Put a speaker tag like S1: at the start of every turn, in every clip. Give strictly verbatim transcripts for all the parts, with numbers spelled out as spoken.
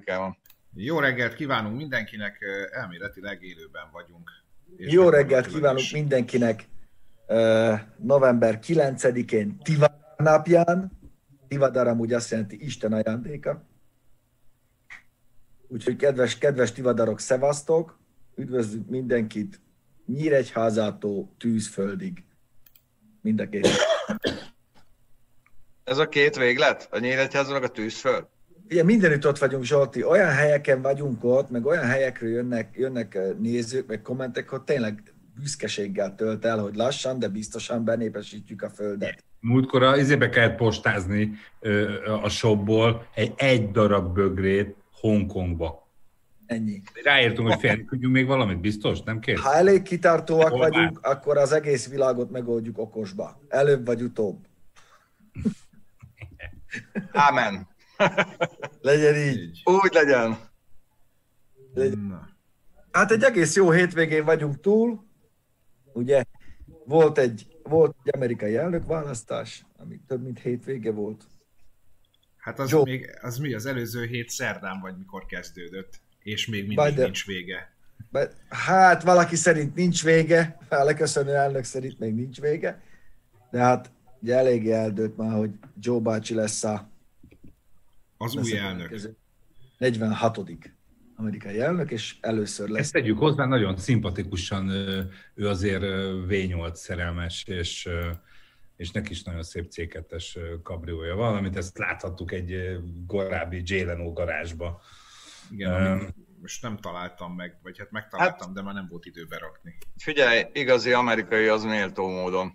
S1: Amerikában.
S2: Jó reggelt kívánunk mindenkinek, elméletileg élőben vagyunk.
S3: Jó reggelt kívánunk is mindenkinek uh, november kilencedikén Tivadar napján. Tivadar amúgy azt jelenti Isten ajándéka. Úgyhogy kedves, kedves tivadarok, szevasztok! Üdvözlünk mindenkit Nyíregyházától Tűzföldig. Mind a két.
S1: Ez a két véglet? A Nyíregyházának a Tűzföld?
S3: Ugye mindenütt ott vagyunk, Zsolti, olyan helyeken vagyunk ott, meg olyan helyekről jönnek, jönnek nézők, meg kommentek, hogy tényleg büszkeséggel tölt el, hogy lassan, de biztosan benépesítjük a Földet.
S4: Múltkor az izébe kellett postázni a shopból egy, egy darab bögrét Hongkongba.
S3: Ennyi.
S4: Ráértünk, hogy felküldjünk még valamit, biztos? Nem kér?
S3: Ha elég kitartóak Hol vagyunk, már? Akkor az egész világot megoldjuk okosba. Előbb vagy utóbb.
S1: Ámen.
S3: Legyen így.
S1: Úgy legyen.
S3: legyen. Hát egy egész jó hétvégén vagyunk túl. Ugye volt egy, volt egy amerikai elnökválasztás, ami több mint hétvége volt.
S2: Hát az, még, az mi? Az előző hét szerdán vagy mikor kezdődött, és még mindig Biden, nincs vége.
S3: But, hát valaki szerint nincs vége, a leköszönő elnök szerint még nincs vége, de hát ugye eléggé eldőlt már, hogy Joe bácsi lesz a
S2: az új elnök.
S3: negyvenhatodik amerikai elnök, és először lesz.
S4: Ezt tegyük hozzá, nagyon szimpatikusan, ő azért vé nyolc szerelmes, és, és neki is nagyon szép cé kettes kabriója van, amit ezt láthattuk egy korábbi Jay Leno garázsba.
S2: Igen, um, most nem találtam meg, vagy hát megtaláltam, hát, de már nem volt időbe rakni.
S1: Figyelj, igazi amerikai az méltó módon.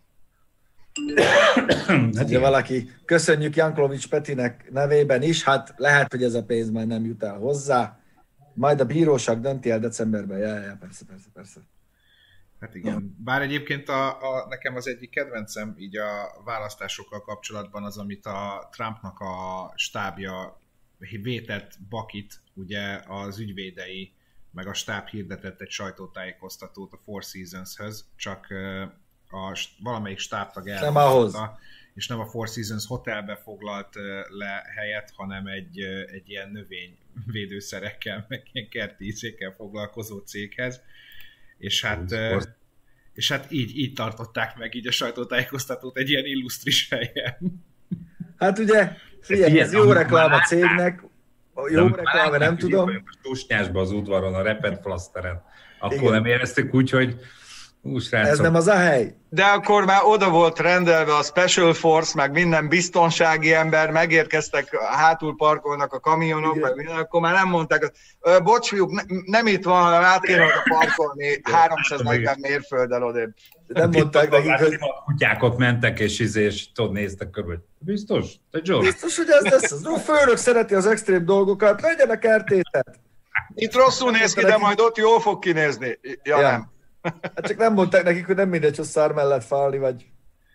S3: Hát ugye valaki, köszönjük Jankovics Petinek nevében is, hát lehet, hogy ez a pénz már nem jut el hozzá, majd a bíróság dönti el decemberben, ja, ja, persze, persze, persze.
S2: Hát igen, bár egyébként a, a, nekem az egyik kedvencem így a választásokkal kapcsolatban az, amit a Trumpnak a stábja vétett Bakit, ugye az ügyvédei, meg a stáb hirdetett egy sajtótájékoztatót a Four Seasons-höz, csak a valamelyik stábtag elhozta, és nem a Four Seasons hotelbe foglalt le helyet, hanem egy, egy ilyen növényvédőszerekkel, meg ilyen kerti ízékkel foglalkozó céghez, és hát, és hát így, így tartották meg így a sajtótájékoztatót egy ilyen illusztris helyen.
S3: Hát ugye, figyelj, ez jó reklám a cégnek, jó reklám, nem tudom.
S4: A Tusnyásban az udvaron, a Repet Flaszteren, akkor igen. Nem éreztük úgy, hogy Hú,
S3: ez nem az a hely.
S1: De akkor már oda volt rendelve a Special Force, meg minden biztonsági ember, megérkeztek, hátul parkolnak a kamionok, meg minden, akkor már nem mondták, bocs fiúk, ne, nem itt van, hanem át kéne oda parkolni háromszáznegyven mérfölddel odébb.
S3: Nem mondták nekik, hogy...
S4: A kutyák ott mentek, és izé, és tudod, néztek körül. Biztos? Te Joe?
S3: Biztos, hogy ez lesz. A főnök szereti az extrém dolgokat, legyenek kertészet.
S1: Itt rosszul néz ki, de majd ott jól fog kinézni. Ja, ja. Nem.
S3: Hát csak nem mondták nekik, hogy nem mindegy, hogy szár mellett fálni, vagy...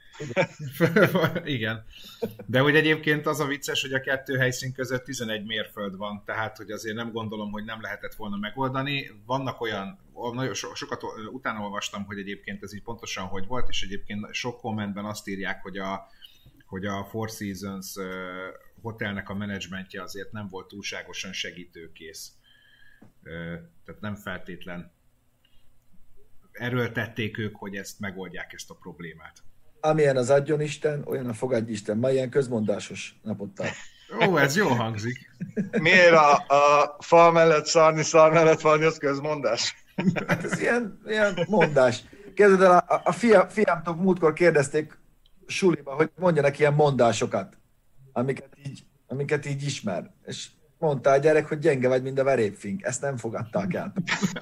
S2: Igen. De hogy egyébként az a vicces, hogy a kettő helyszín között tizenegy mérföld van, tehát hogy azért nem gondolom, hogy nem lehetett volna megoldani. Vannak olyan, nagyon so, sokat utána olvastam, hogy egyébként ez így pontosan hogy volt, és egyébként sok kommentben azt írják, hogy a, hogy a Four Seasons hotelnek a menedzsmentje azért nem volt túlságosan segítőkész. Tehát nem feltétlen erőltették ők, hogy ezt megoldják, ezt a problémát.
S3: Amilyen az adjon Isten, olyan a fogadj Isten. Ma ilyen közmondásos napot tart.
S2: Ó, ez jól hangzik.
S1: Miért a, a fal mellett szarni, szar mellett valni, az közmondás?
S3: Hát ez ilyen, ilyen mondás. Kezded el, a, a fia, fiamtól múltkor kérdezték suliba, hogy mondjanak ilyen mondásokat, amiket így, amiket így ismer. És mondta a gyerek, hogy gyenge vagy, mint a verépfink. Ezt nem fogadták el.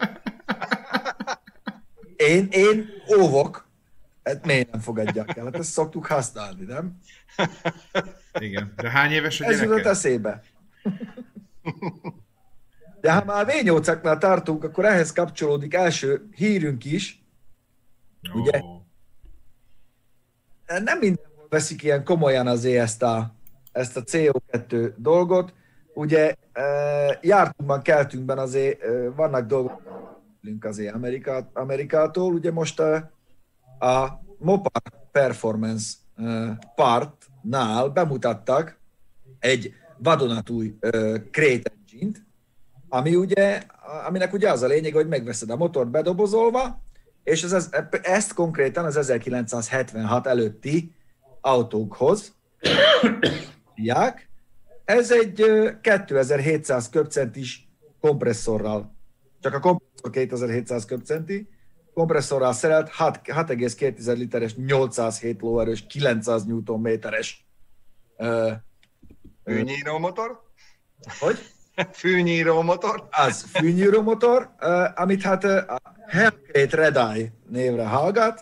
S3: Én, én óvok, hát miért nem fogadják el? Hát ezt szoktuk használni, nem?
S2: Igen, de hány éves a
S3: gyereke? Ez jutott eszébe. De ha már vé nyolcaknál tartunk, akkor ehhez kapcsolódik első hírünk is. Oh. Ugye? Nem mindenhol veszik ilyen komolyan azért ezt a, ezt a cé o kettő dolgot. Ugye jártunkban, keltünkben azért vannak dolgok, azért Amerika, Amerikától. Ugye most a, a Mopar Performance partnál bemutattak egy vadonatúj Crate Engine-t, ami ugye, aminek ugye az a lényeg, hogy megveszed a motort bedobozolva, és ez, ez, ezt konkrétan az ezerkilencszázhetvenhat előtti autókhoz hívják. Ez egy kétezer-hétszáz köbcentis kompresszorral, csak a kompresszor kétezer-hétszáz köbcenti, kompresszorral szerelt hat egész két literes, nyolcszázhét lóerős, kilencszáz newtonméteres
S1: fűnyíró motor?
S3: Hogy?
S1: Fűnyíró motor?
S3: Az fűnyíró motor, amit hát a Hellgate Red-Eye névre hallgat,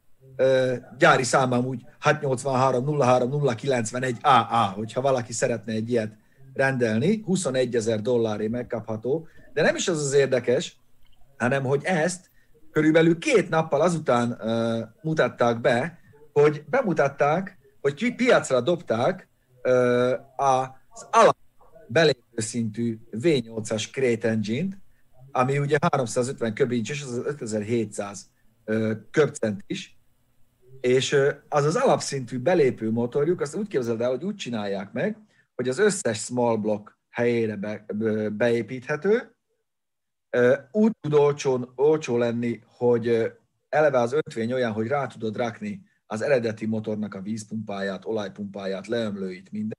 S3: gyári számám úgy hat nyolcvanhárom nulla három nulla kilencvenegy á á, hogyha valaki szeretne egy ilyet rendelni, huszonegyezer dolláré megkapható, de nem is az az érdekes, hanem hogy ezt körülbelül két nappal azután uh, mutatták be, hogy bemutatták, hogy piacra dobták uh, az alap belépő szintű vé nyolcas Crate Engine-t, ami ugye háromszázötven köbincs, és az az ötezer-hétszáz uh, köbcent is, és uh, az az alapszintű belépő motorjuk, azt úgy képzeld el, hogy úgy csinálják meg, hogy az összes small block helyére be, be, beépíthető, uh, úgy tud olcsón, olcsó lenni, hogy uh, eleve az ötvény olyan, hogy rá tudod rakni az eredeti motornak a vízpumpáját, olajpumpáját, leömlőit, minden,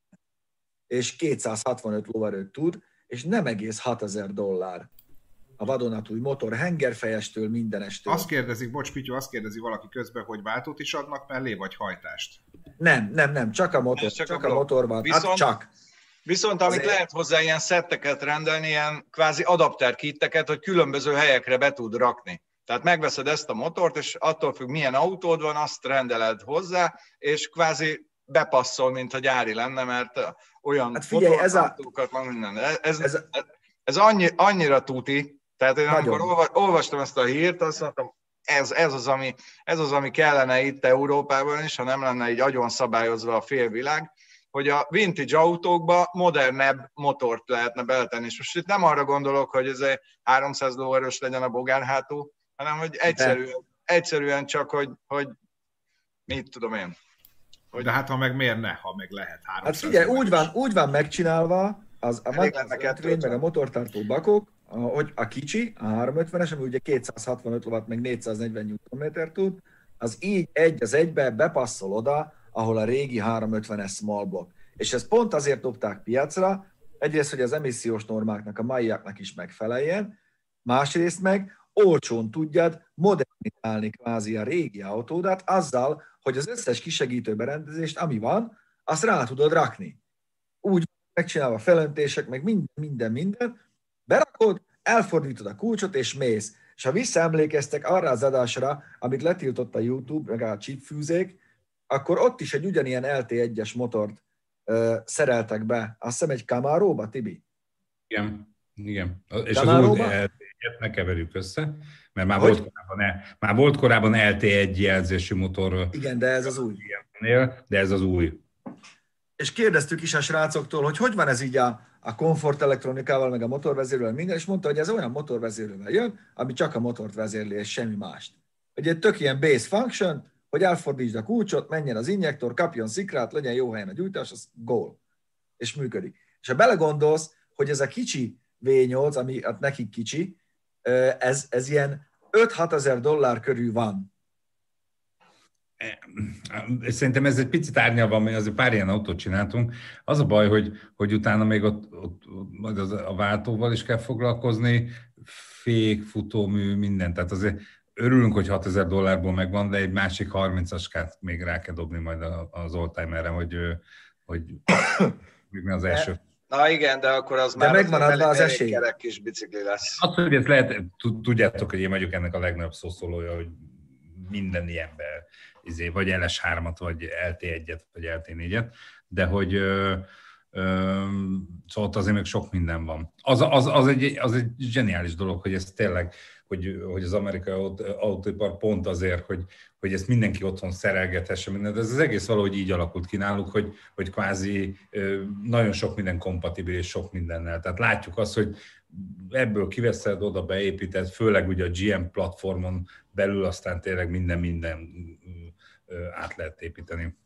S3: és kétszázhatvanöt lóerőt tud, és nem egész hatezer dollár a vadonatúj motor, hengerfejestől, mindenestől.
S2: Azt kérdezik, bocs Pityu, azt kérdezi valaki közben, hogy váltót is adnak mellé, vagy hajtást?
S3: Nem, nem, nem, csak a motor, csak, csak a, a motor van.
S1: Viszont,
S3: hát csak.
S1: Viszont amit Azért... lehet hozzá ilyen szetteket rendelni, ilyen kvázi adapterkitteket, hogy különböző helyekre be tud rakni. Tehát megveszed ezt a motort, és attól függ, milyen autód van, azt rendeled hozzá, és kvázi bepasszol, mintha gyári lenne, mert olyan
S3: hát figyelj,
S1: motorautókat van minden. Ez, ez, ez, ez annyi, annyira tuti, tehát én nagyon. Amikor olvastam ezt a hírt, azt mondtam, ez, ez, az, ami, ez az, ami kellene itt Európában is, ha nem lenne így agyon szabályozva a félvilág, hogy a vintage autókba modernebb motort lehetne beletenni. És most itt nem arra gondolok, hogy ez egy háromszáz lóerős legyen a bogárhátú, hanem hogy egyszerűen, egyszerűen csak, hogy, hogy mit tudom én.
S2: Hogy... De hát ha meg miért ne, ha meg lehet háromszáz.
S3: Hát figyelj, úgy van, úgy van megcsinálva, az, a, az ötvény, meg a motortartó bakok, hogy a kicsi, a háromszázötvenes, ami ugye kétszázhatvanöt lovat, meg négyszáznegyven newtonméter tud, az így egy az egybe bepasszol oda, ahol a régi háromszázötvenes small block. És ezt pont azért dobták piacra, egyrészt, hogy az emissziós normáknak, a maiaknak is megfeleljen, másrészt meg olcsón tudjad modernizálni kvázi a régi autódat azzal, hogy az összes kisegítő berendezést, ami van, azt rá tudod rakni. Úgy megcsinálva felöntések, meg minden, minden, minden, berakod, elfordítod a kulcsot, és mész. És ha visszaemlékeztek arra az adásra, amit letiltott a YouTube, meg a chipfűzék, akkor ott is egy ugyanilyen el té egyes motort uh, szereltek be. Azt hiszem egy Camaróba, Tibi?
S4: Igen, igen. És Camaróba? Az új ne keverjük össze, mert már volt, korábban, már volt korábban el té egy jelzésű motor.
S3: Igen, de ez az új.
S4: De ez az új.
S3: És kérdeztük is a srácoktól, hogy hogy van ez így a, a komfort elektronikával, meg a motorvezérlővel, minden, és mondta, hogy ez olyan motorvezérlővel jön, ami csak a motort vezérli, és semmi mást. Hogy egy tök ilyen base function, hogy elfordítsd a kulcsot, menjen az injektor, kapjon szikrát, legyen jó helyen a gyújtás, az gól. És működik. És ha belegondolsz, hogy ez a kicsi vé nyolc, ami hát nekik kicsi, ez, ez ilyen öt-hat ezer dollár körül van.
S4: Szerintem ez egy picit árnyalva, mert azért pár ilyen autót csináltunk. Az a baj, hogy, hogy utána még ott, ott, ott az a váltóval is kell foglalkozni, fék, futómű, minden. Tehát azért örülünk, hogy hatezer dollárból megvan, de egy másik harmincaskát még rá kell dobni majd az oldtimerre, hogy, hogy még az első.
S1: Na igen, de akkor az
S3: de
S1: már
S3: megmaradva az esély.
S1: Kerek kis bicikli lesz.
S4: Azt, hogy ezt lehet, tudjátok, hogy én vagyok ennek a legnagyobb szószólója, hogy minden ilyenben, izé, vagy el es hármat, vagy el té egyet, vagy el té négyet, de hogy ö, ö, szóval azért még sok minden van. Az, az, az, egy, az egy zseniális dolog, hogy ez tényleg, hogy, hogy az amerikai autóipar pont azért, hogy, hogy ezt mindenki otthon szerelgethesse mindent. Ez az egész valahogy így alakult ki náluk, hogy, hogy kvázi nagyon sok minden kompatibilis sok mindennel. Tehát látjuk azt, hogy ebből kiveszed, oda beépíted, főleg ugye a gé em platformon belül aztán tényleg minden-minden át lehet építeni.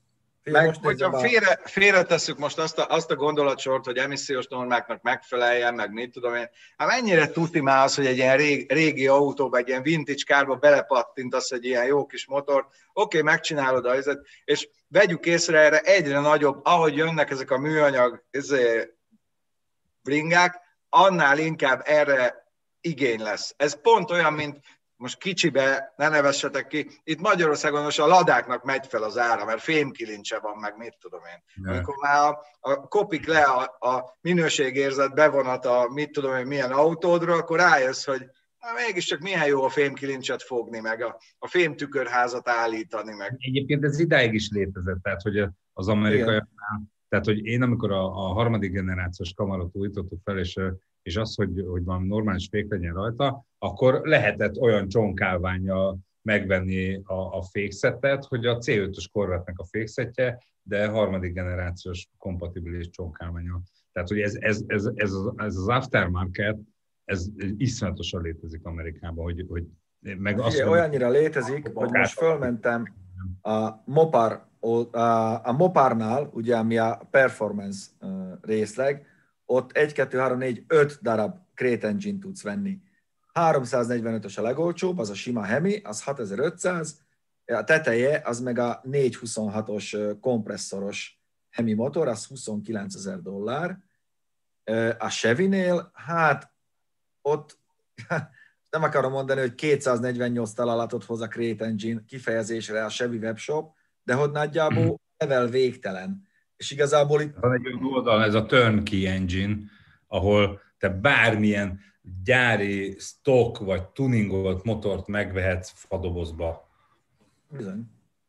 S1: Meg, most hogyha félre, félretesszük most azt a, azt a gondolatsort, hogy emissziós normáknak megfeleljen, meg mit tudom én, hát mennyire tuti már az, hogy egy ilyen régi, régi autóba, egy ilyen vintage kárba belepattintasz egy ilyen jó kis motort, oké, okay, megcsinálod a helyzet, és vegyük észre erre egyre nagyobb, ahogy jönnek ezek a műanyag ezért, bringák, annál inkább erre igény lesz. Ez pont olyan, mint most kicsibe, ne nevessetek ki, itt Magyarországon most a ladáknak megy fel az ára, mert fémkilincse van, meg mit tudom én. Ne. Amikor már a, a, kopik le a, a minőségérzet bevonat a mit tudom én milyen autódra, akkor rájössz, hogy hát mégiscsak milyen jó a fémkilincset fogni, meg a, a fémtükörházat állítani. Meg.
S4: Egyébként ez idáig is létezett, tehát hogy az amerikaiaknál, tehát hogy én amikor a, a harmadik generációs Camarót újítottuk fel, és és az, hogy, hogy van normális fék legyen rajta, akkor lehetett olyan csonkálvánnyal megvenni a, a fékszettet, hogy a cé ötös Corvette-nek a fékszettje, de harmadik generációs kompatibilis csonkálvánnyal. Tehát, hogy ez, ez, ez, ez, az, ez az aftermarket, ez iszonyatosan létezik Amerikában, hogy, hogy meg azt
S3: mondom, olyannyira létezik, hogy most fölmentem a Mopar, a, a Moparnál, ugye, ami a performance részleg, ott egy, kettő, három, négy, öt darab Crate Engine tudsz venni. háromszáznegyvenötös a legolcsóbb, az a sima Hemi, az hatezer-ötszáz, a teteje az meg a négyszázhuszonhatos kompresszoros Hemi motor, az huszonkilencezer dollár. A Chevy-nél, hát ott nem akarom mondani, hogy kétszáznegyvennyolc találatot hoz a Crate Engine kifejezésre a Chevy webshop, de hogy nagyjából level végtelen. És igazából itt...
S4: Van egy oldalon ez a turnkey engine, ahol te bármilyen gyári stock vagy tuningolt motort megvehetsz fadobozba.
S3: Bizony.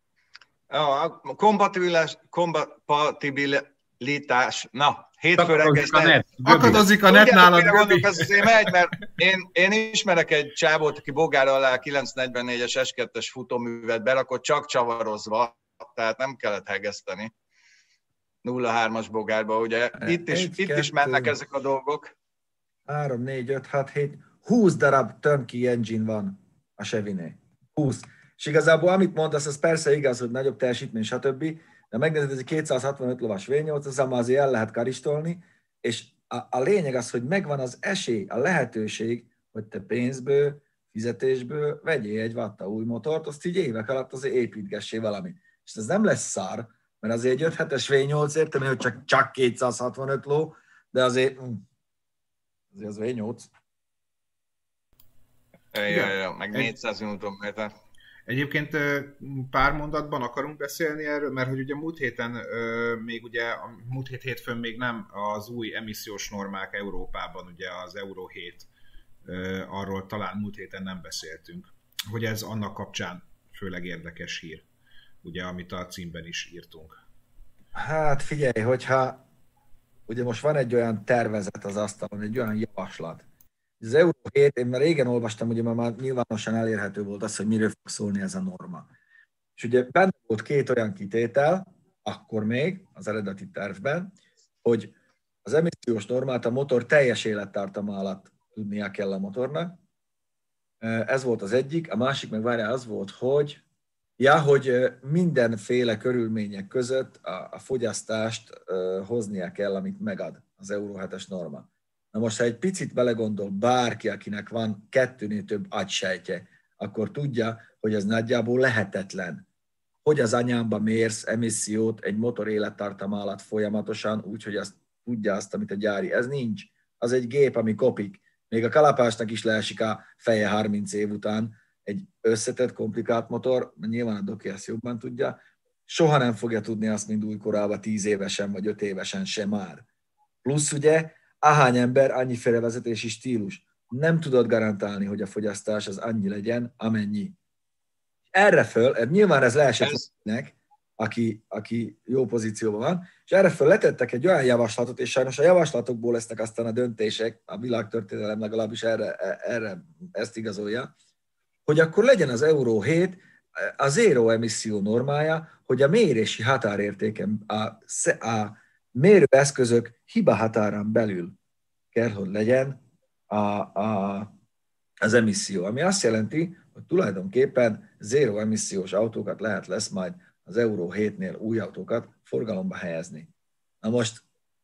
S1: A kompatibilitás, kompatibilitás, na, hétfő reggel...
S2: Akadozik a net nálad,
S1: Göbi. Ez azért megy, mert én, én ismerek egy csávót, aki bogár alá kilencszáznegyvennégyes es kettes futóművet berakott, csak csavarozva, tehát nem kellett hegeszteni. nulla hármas bogárba, ugye? Itt is, egy, itt kettő, is mennek ezek a dolgok.
S3: három, négy, öt, hat, hét, húsz darab turnkey engine van a Chevy-nél. húsz. És igazából amit mondasz, az persze igaz, hogy nagyobb teljesítmény, stb. De megnézed, ez egy kétszázhatvanöt lovas vé nyolc, az már azért el lehet karistolni, és a, a lényeg az, hogy megvan az esély, a lehetőség, hogy te pénzből, fizetésből vegyél egy vatta új motort, azt így évek alatt azért építgessé valami. És ez nem lesz szár, mert azért egy öt hetes vé nyolc, értem, hogy csak, csak kétszázhatvanöt ló, de azért, azért az vé nyolc.
S1: Ja, ja, ja, meg négyszáz newtonméter.
S2: Egyébként pár mondatban akarunk beszélni erről, mert hogy ugye múlt héten, még ugye a múlt hét hétfőn még nem az új emissziós normák Európában, ugye az Euró hét, arról talán múlt héten nem beszéltünk, hogy ez annak kapcsán főleg érdekes hír, ugye, amit a címben is írtunk.
S3: Hát figyelj, hogyha ugye most van egy olyan tervezet az asztalon, egy olyan javaslat. Az Euró hét, én már régen olvastam, ugye már nyilvánosan elérhető volt az, hogy miről fog szólni ez a norma. És ugye benne volt két olyan kitétel, akkor még az eredeti tervben, hogy az emissziós normát a motor teljes élettartama alatt tudnia kell a motornak. Ez volt az egyik, a másik meg várjál az volt, hogy ja, hogy mindenféle körülmények között a, a fogyasztást uh, hoznia kell, amit megad az Euró hetes norma. Na most, ha egy picit belegondol bárki, akinek van kettőnél több agysejtje, akkor tudja, hogy ez nagyjából lehetetlen. Hogy az anyámba mérsz emissziót egy motor élettartama alatt folyamatosan, úgyhogy azt tudja azt, amit a gyári. Ez nincs. Az egy gép, ami kopik. Még a kalapásnak is leesik a feje harminc év után. Egy összetett, komplikált motor, nyilván a doki ezt jobban tudja, soha nem fogja tudni azt, mint újkorában tíz évesen vagy öt évesen sem már. Plusz ugye, ahány ember, annyiféle vezetési stílus. Nem tudod garantálni, hogy a fogyasztás az annyi legyen, amennyi. Erre föl, nyilván ez leesett ez... nek, aki, aki jó pozícióban van, és erre föl letettek egy olyan javaslatot, és sajnos a javaslatokból lesznek aztán a döntések, a világtörténelem legalábbis erre, erre ezt igazolja, hogy akkor legyen az Euró hét a zéró emisszió normája, hogy a mérési határértéken, a, a mérőeszközök hiba határán belül kell, hogy legyen a, a, az emisszió. Ami azt jelenti, hogy tulajdonképpen zéró emissziós autókat lehet lesz majd az Euró hétnél új autókat forgalomba helyezni. Na most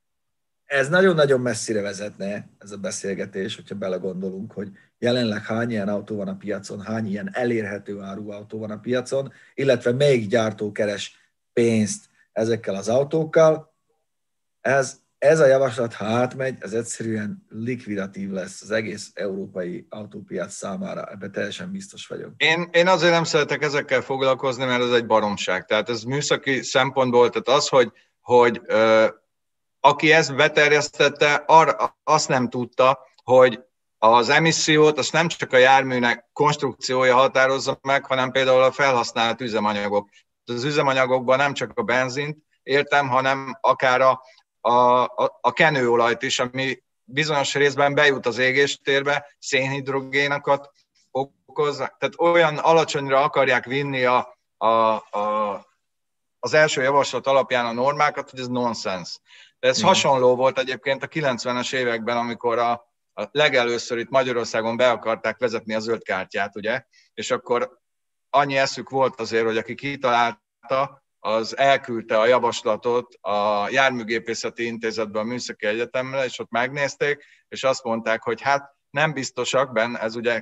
S3: ez nagyon-nagyon messzire vezetne, ez a beszélgetés, hogyha belegondolunk, hogy jelenleg hány ilyen autó van a piacon, hány ilyen elérhető áru autó van a piacon, illetve melyik gyártó keres pénzt ezekkel az autókkal. Ez, ez a javaslat, ha átmegy, ez egyszerűen likvidatív lesz az egész európai autópiac számára, ebben teljesen biztos vagyok.
S1: Én, én azért nem szeretek ezekkel foglalkozni, mert ez egy baromság. Tehát ez műszaki szempontból, tehát az, hogy, hogy ö, aki ezt beterjesztette, arra, azt nem tudta, hogy az emissziót azt nem csak a járműnek konstrukciója határozza meg, hanem például a felhasznált üzemanyagok. Az üzemanyagokban nem csak a benzint értem, hanem akár a, a, a, a kenőolajt is, ami bizonyos részben bejut az égéstérbe, szénhidrogénokat okoz. Tehát olyan alacsonyra akarják vinni a, a, a, az első javaslat alapján a normákat, hogy ez nonsens. De ez mm. hasonló volt egyébként a kilencvenes években, amikor a, a legelőször itt Magyarországon be akarták vezetni a zöld kártyát, ugye? És akkor annyi eszük volt azért, hogy aki kitalálta, az elküldte a javaslatot a Járműgépészeti Intézetbe, a Műszaki Egyetemre, és ott megnézték, és azt mondták, hogy hát nem biztosak benne, ez ugye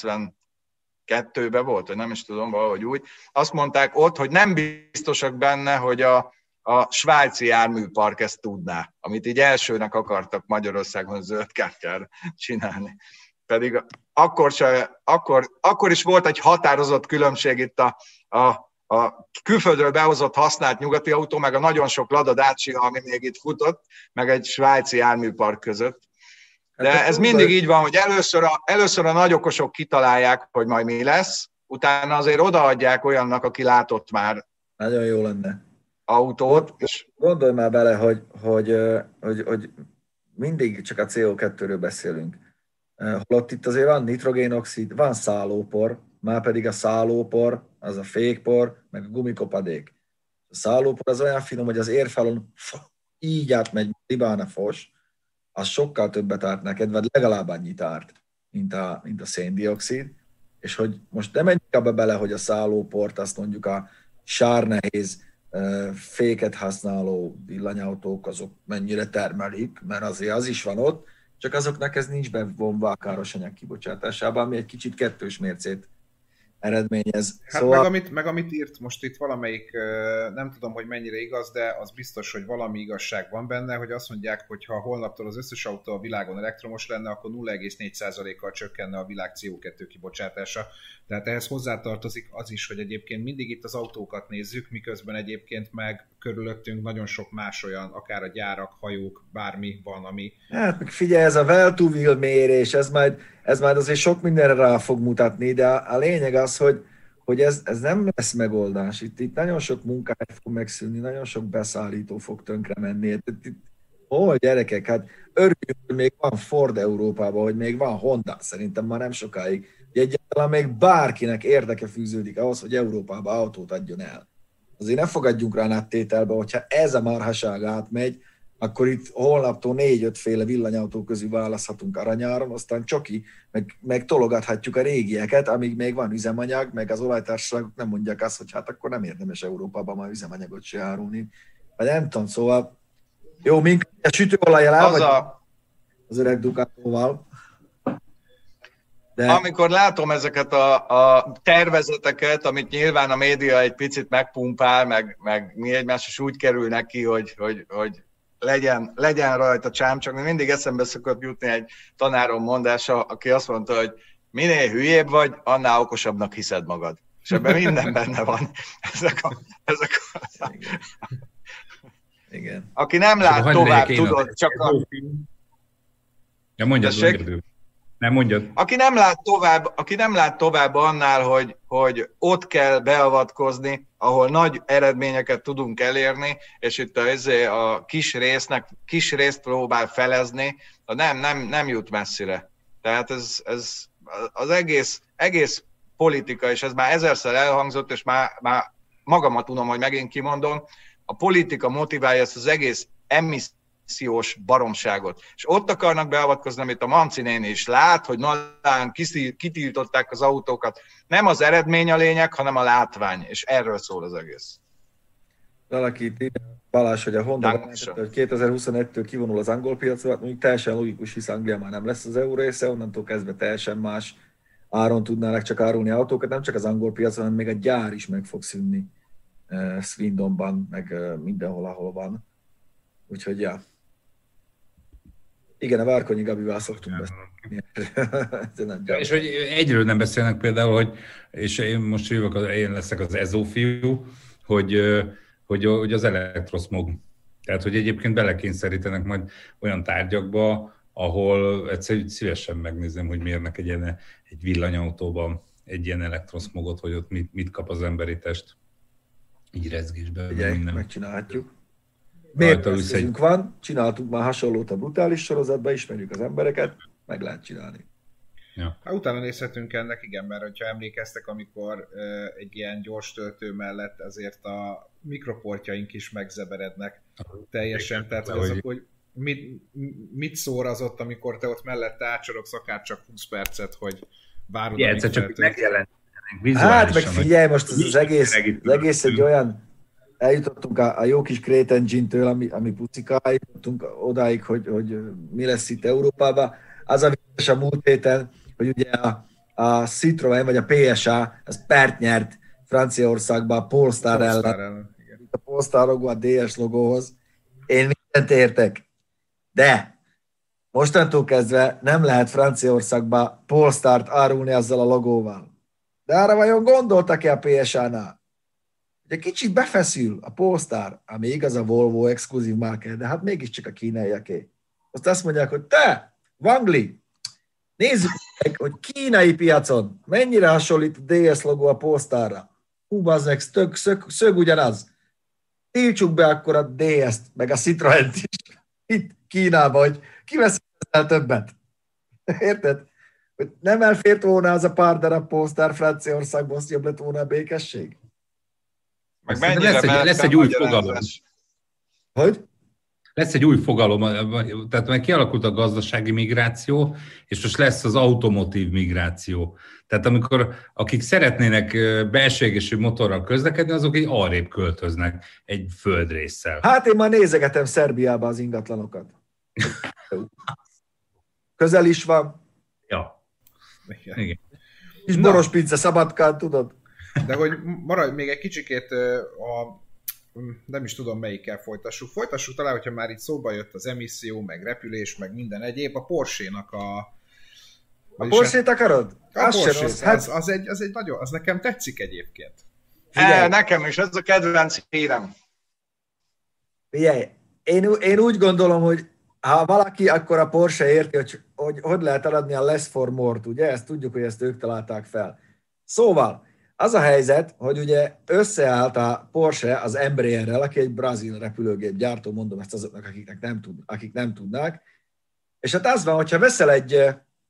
S1: kilencvenkettőben volt, vagy nem is tudom, valahogy úgy, azt mondták ott, hogy nem biztosak benne, hogy a a svájci járműpark ezt tudná, amit így elsőnek akartak Magyarországon zöld kártyára csinálni. Pedig akkor, se, akkor, akkor is volt egy határozott különbség itt a, a, a külföldről behozott használt nyugati autó, meg a nagyon sok Lada Dacia, ami még itt futott, meg egy svájci járműpark között. De hát ez mindig így van, hogy először a, először a nagyokosok kitalálják, hogy majd mi lesz, utána azért odaadják olyannak, aki látott már.
S3: Nagyon jó lenne.
S1: Autót. És...
S3: Gondolj már bele, hogy, hogy, hogy, hogy mindig csak a cé o kettőről beszélünk. Holott itt azért van nitrogénoxid, van szállópor, már pedig a szállópor, az a fékpor, meg a gumikopadék. A szállópor az olyan finom, hogy az érfalon így átmegy, libán a fos, az sokkal többet árt neked, vagy legalább annyit árt, mint a, mint a széndioxid. És hogy most nem menjünk abba bele, hogy a szállóport, azt mondjuk a sárnehéz, féket használó villanyautók, azok mennyire termelik, mert azért az is van ott, csak azoknak ez nincs bevonva a károsanyag kibocsátásában, ami egy kicsit kettős mércét eredményez.
S2: Hát szóval... meg, amit, meg amit írt most itt valamelyik, nem tudom, hogy mennyire igaz, de az biztos, hogy valami igazság van benne, hogy azt mondják, hogy ha holnaptól az összes autó a világon elektromos lenne, akkor nulla egész négy százalékkal csökkenne a világ cé o kettő kibocsátása. Tehát ehhez hozzátartozik az is, hogy egyébként mindig itt az autókat nézzük, miközben egyébként meg körülöttünk nagyon sok más olyan, akár a gyárak, hajók, bármi van, ami...
S3: Hát figyelj, ez a well-to-wheel mérés, ez majd, ez majd azért sok mindenre rá fog mutatni, de a, a lényeg az, hogy, hogy ez, ez nem lesz megoldás. Itt, itt nagyon sok munkáj fog megszűnni, nagyon sok beszállító fog tönkre menni. Itt, itt, hol gyerekek, hát örüljünk, hogy még van Ford Európában, hogy még van Honda, szerintem már nem sokáig. Egyáltalán még bárkinek érdeke fűződik ahhoz, hogy Európába autót adjon el. Azért ne fogadjunk rá áttételbe, hogyha ez a marhaság átmegy, akkor itt holnaptól négy-öt féle villanyautó közül választhatunk aranyáron, aztán csoki, meg, meg tologathatjuk a régieket, amíg még van üzemanyag, meg az olajtársaságok nem mondják azt, hogy hát akkor nem érdemes Európában már üzemanyagot se árulni. Vagy nem tudom, szóval jó, mink a sütőolajjal el, vagy a... az öreg Ducatóval.
S1: De... Amikor látom ezeket a, a tervezeteket, amit nyilván a média egy picit megpumpál, meg, meg mi egymás is úgy kerülnek ki, hogy, hogy, hogy legyen, legyen rajta csám, csak mindig eszembe szokott jutni egy tanárom mondása, aki azt mondta, hogy minél hülyébb vagy, annál okosabbnak hiszed magad. És ebben minden benne van. Ezek a, ezek a...
S3: Igen. Igen.
S1: Aki nem lát szóval tovább, tudod, csak a...
S4: Ja, mondjad, mondjad. Nem mondjad.
S1: Aki nem lát tovább, aki nem lát tovább annál, hogy, hogy ott kell beavatkozni, ahol nagy eredményeket tudunk elérni, és itt a, a kis résznek, kis részt próbál felezni, nem, nem, nem jut messzire. Tehát ez, ez az egész, egész politika, és ez már ezerszer elhangzott, és már, már magamat tudom, hogy megint kimondom, a politika motiválja ezt az egész emissziós baromságot. És ott akarnak beavatkozni, amit a Manci néni is lát, hogy nálán kitiltották az autókat. Nem az eredmény a lényeg, hanem a látvány, és erről szól az egész.
S3: valaki Balázs, hogy a Honda bejelentette, hogy kétezer-huszonegytől kivonul az angol piacra, mondjuk teljesen logikus, hisz Anglia már nem lesz az é u része, onnantól kezdve teljesen más áron tudnának csak árulni autókat, nem csak az angol piacon, hanem még a gyár is meg fog szűnni uh, Swindonban, meg uh, mindenhol, ahol van. Úgyhogy, ja. Igen, a Várkonyi Gabival szoktunk beszélni.
S4: És hogy egyről nem beszélnek például, hogy, és én most jövök, az, én leszek az ezó fiú, hogy, hogy, hogy az elektroszmog. Tehát, hogy egyébként belekényszerítenek majd olyan tárgyakba, ahol egyszerűen szívesen megnézem, hogy mérnek egy, ilyen, egy villanyautóban egy ilyen elektroszmogot, hogy ott mit, mit kap az emberi test. Így rezgésben.
S3: Ugye, megcsinálhatjuk. Miért eszközünk van, csináltunk már hasonlót a brutális sorozatban, ismerjük az embereket, meg lehet csinálni.
S2: Ja. Hát utána nézhetünk ennek, igen, mert hogyha emlékeztek, amikor uh, egy ilyen gyors töltő mellett azért a mikroportjaink is megzeberednek teljesen, igen, tehát azok, hogy mit, mit szór az ott, amikor te ott mellette átsorogsz akár csak húsz percet, hogy várod,
S4: amíg feltöltünk.
S3: Hát meg figyelj, most az, az egész, az egész egy olyan, eljutottunk a, a jó kis Great Engine-től, ami, ami pucika, eljutottunk odáig, hogy, hogy mi lesz itt Európában. Az a vicces a múlt héten, hogy ugye a, a Citroën vagy a pé es á, az pert nyert Franciaországban a Polestar ellen. ellen a Polestar logó a dé es logóhoz. Én mindent értek. De mostantól kezdve nem lehet Franciaországban Polestart árulni azzal a logóval. De arra vajon gondoltak-e a pé es á-nál? Egy kicsit befeszül a Polestar, ami igaz a Volvo exkluzív márka, de hát mégiscsak a kínaiaké. Azt azt mondják, hogy te, Wangli, nézzük meg, hogy kínai piacon mennyire hasonlít a dé es logó a Polestarra. Hú, bazzeg, szög, szög, szög ugyanaz. Tiltsuk be akkor a dé es-t, meg a Citroën-t is. Itt Kínában, hogy ki vesz el többet. Érted? Hogy nem elfért volna az a pár darab Polestar Franciaországban, azt jobb lett volna a békesség?
S1: Meg
S4: lesz, egy, lesz egy új fogalom.
S3: Hogy?
S4: Lesz egy új fogalom, tehát meg kialakult a gazdasági migráció, és most lesz az automotív migráció. Tehát amikor akik szeretnének belső égésű motorral közlekedni, azok egy arrébb költöznek egy földrésszel.
S3: Hát én már nézegetem Szerbiába az ingatlanokat. Közel is van.
S4: Ja.
S2: Igen. Igen.
S3: És boros pizza Szabadkán, tudod?
S2: De hogy maradj még egy kicsikét a, nem is tudom melyikkel folytassuk. Folytassuk talán, hogyha már itt szóba jött az emisszió, meg repülés, meg minden egyéb, a Porsche-nak a...
S3: A Porsche-t akarod?
S2: A Porsche, az, az, az, egy, az egy nagyon, az nekem tetszik egyébként.
S1: E, nekem is, ez a kedvenc hírem.
S3: Figyelj, én, én úgy gondolom, hogy ha valaki, akkor a Porsche érti, hogy hogy, hogy lehet eladni a Less for More-t, ugye? Ezt tudjuk, hogy ezt ők találták fel. Szóval, az a helyzet, hogy ugye összeállt a Porsche az Embraerrel, aki egy brazil repülőgép gyártó, mondom ezt azoknak, akiknek nem tud, akik nem tudnák. És hát az van, hogyha veszel egy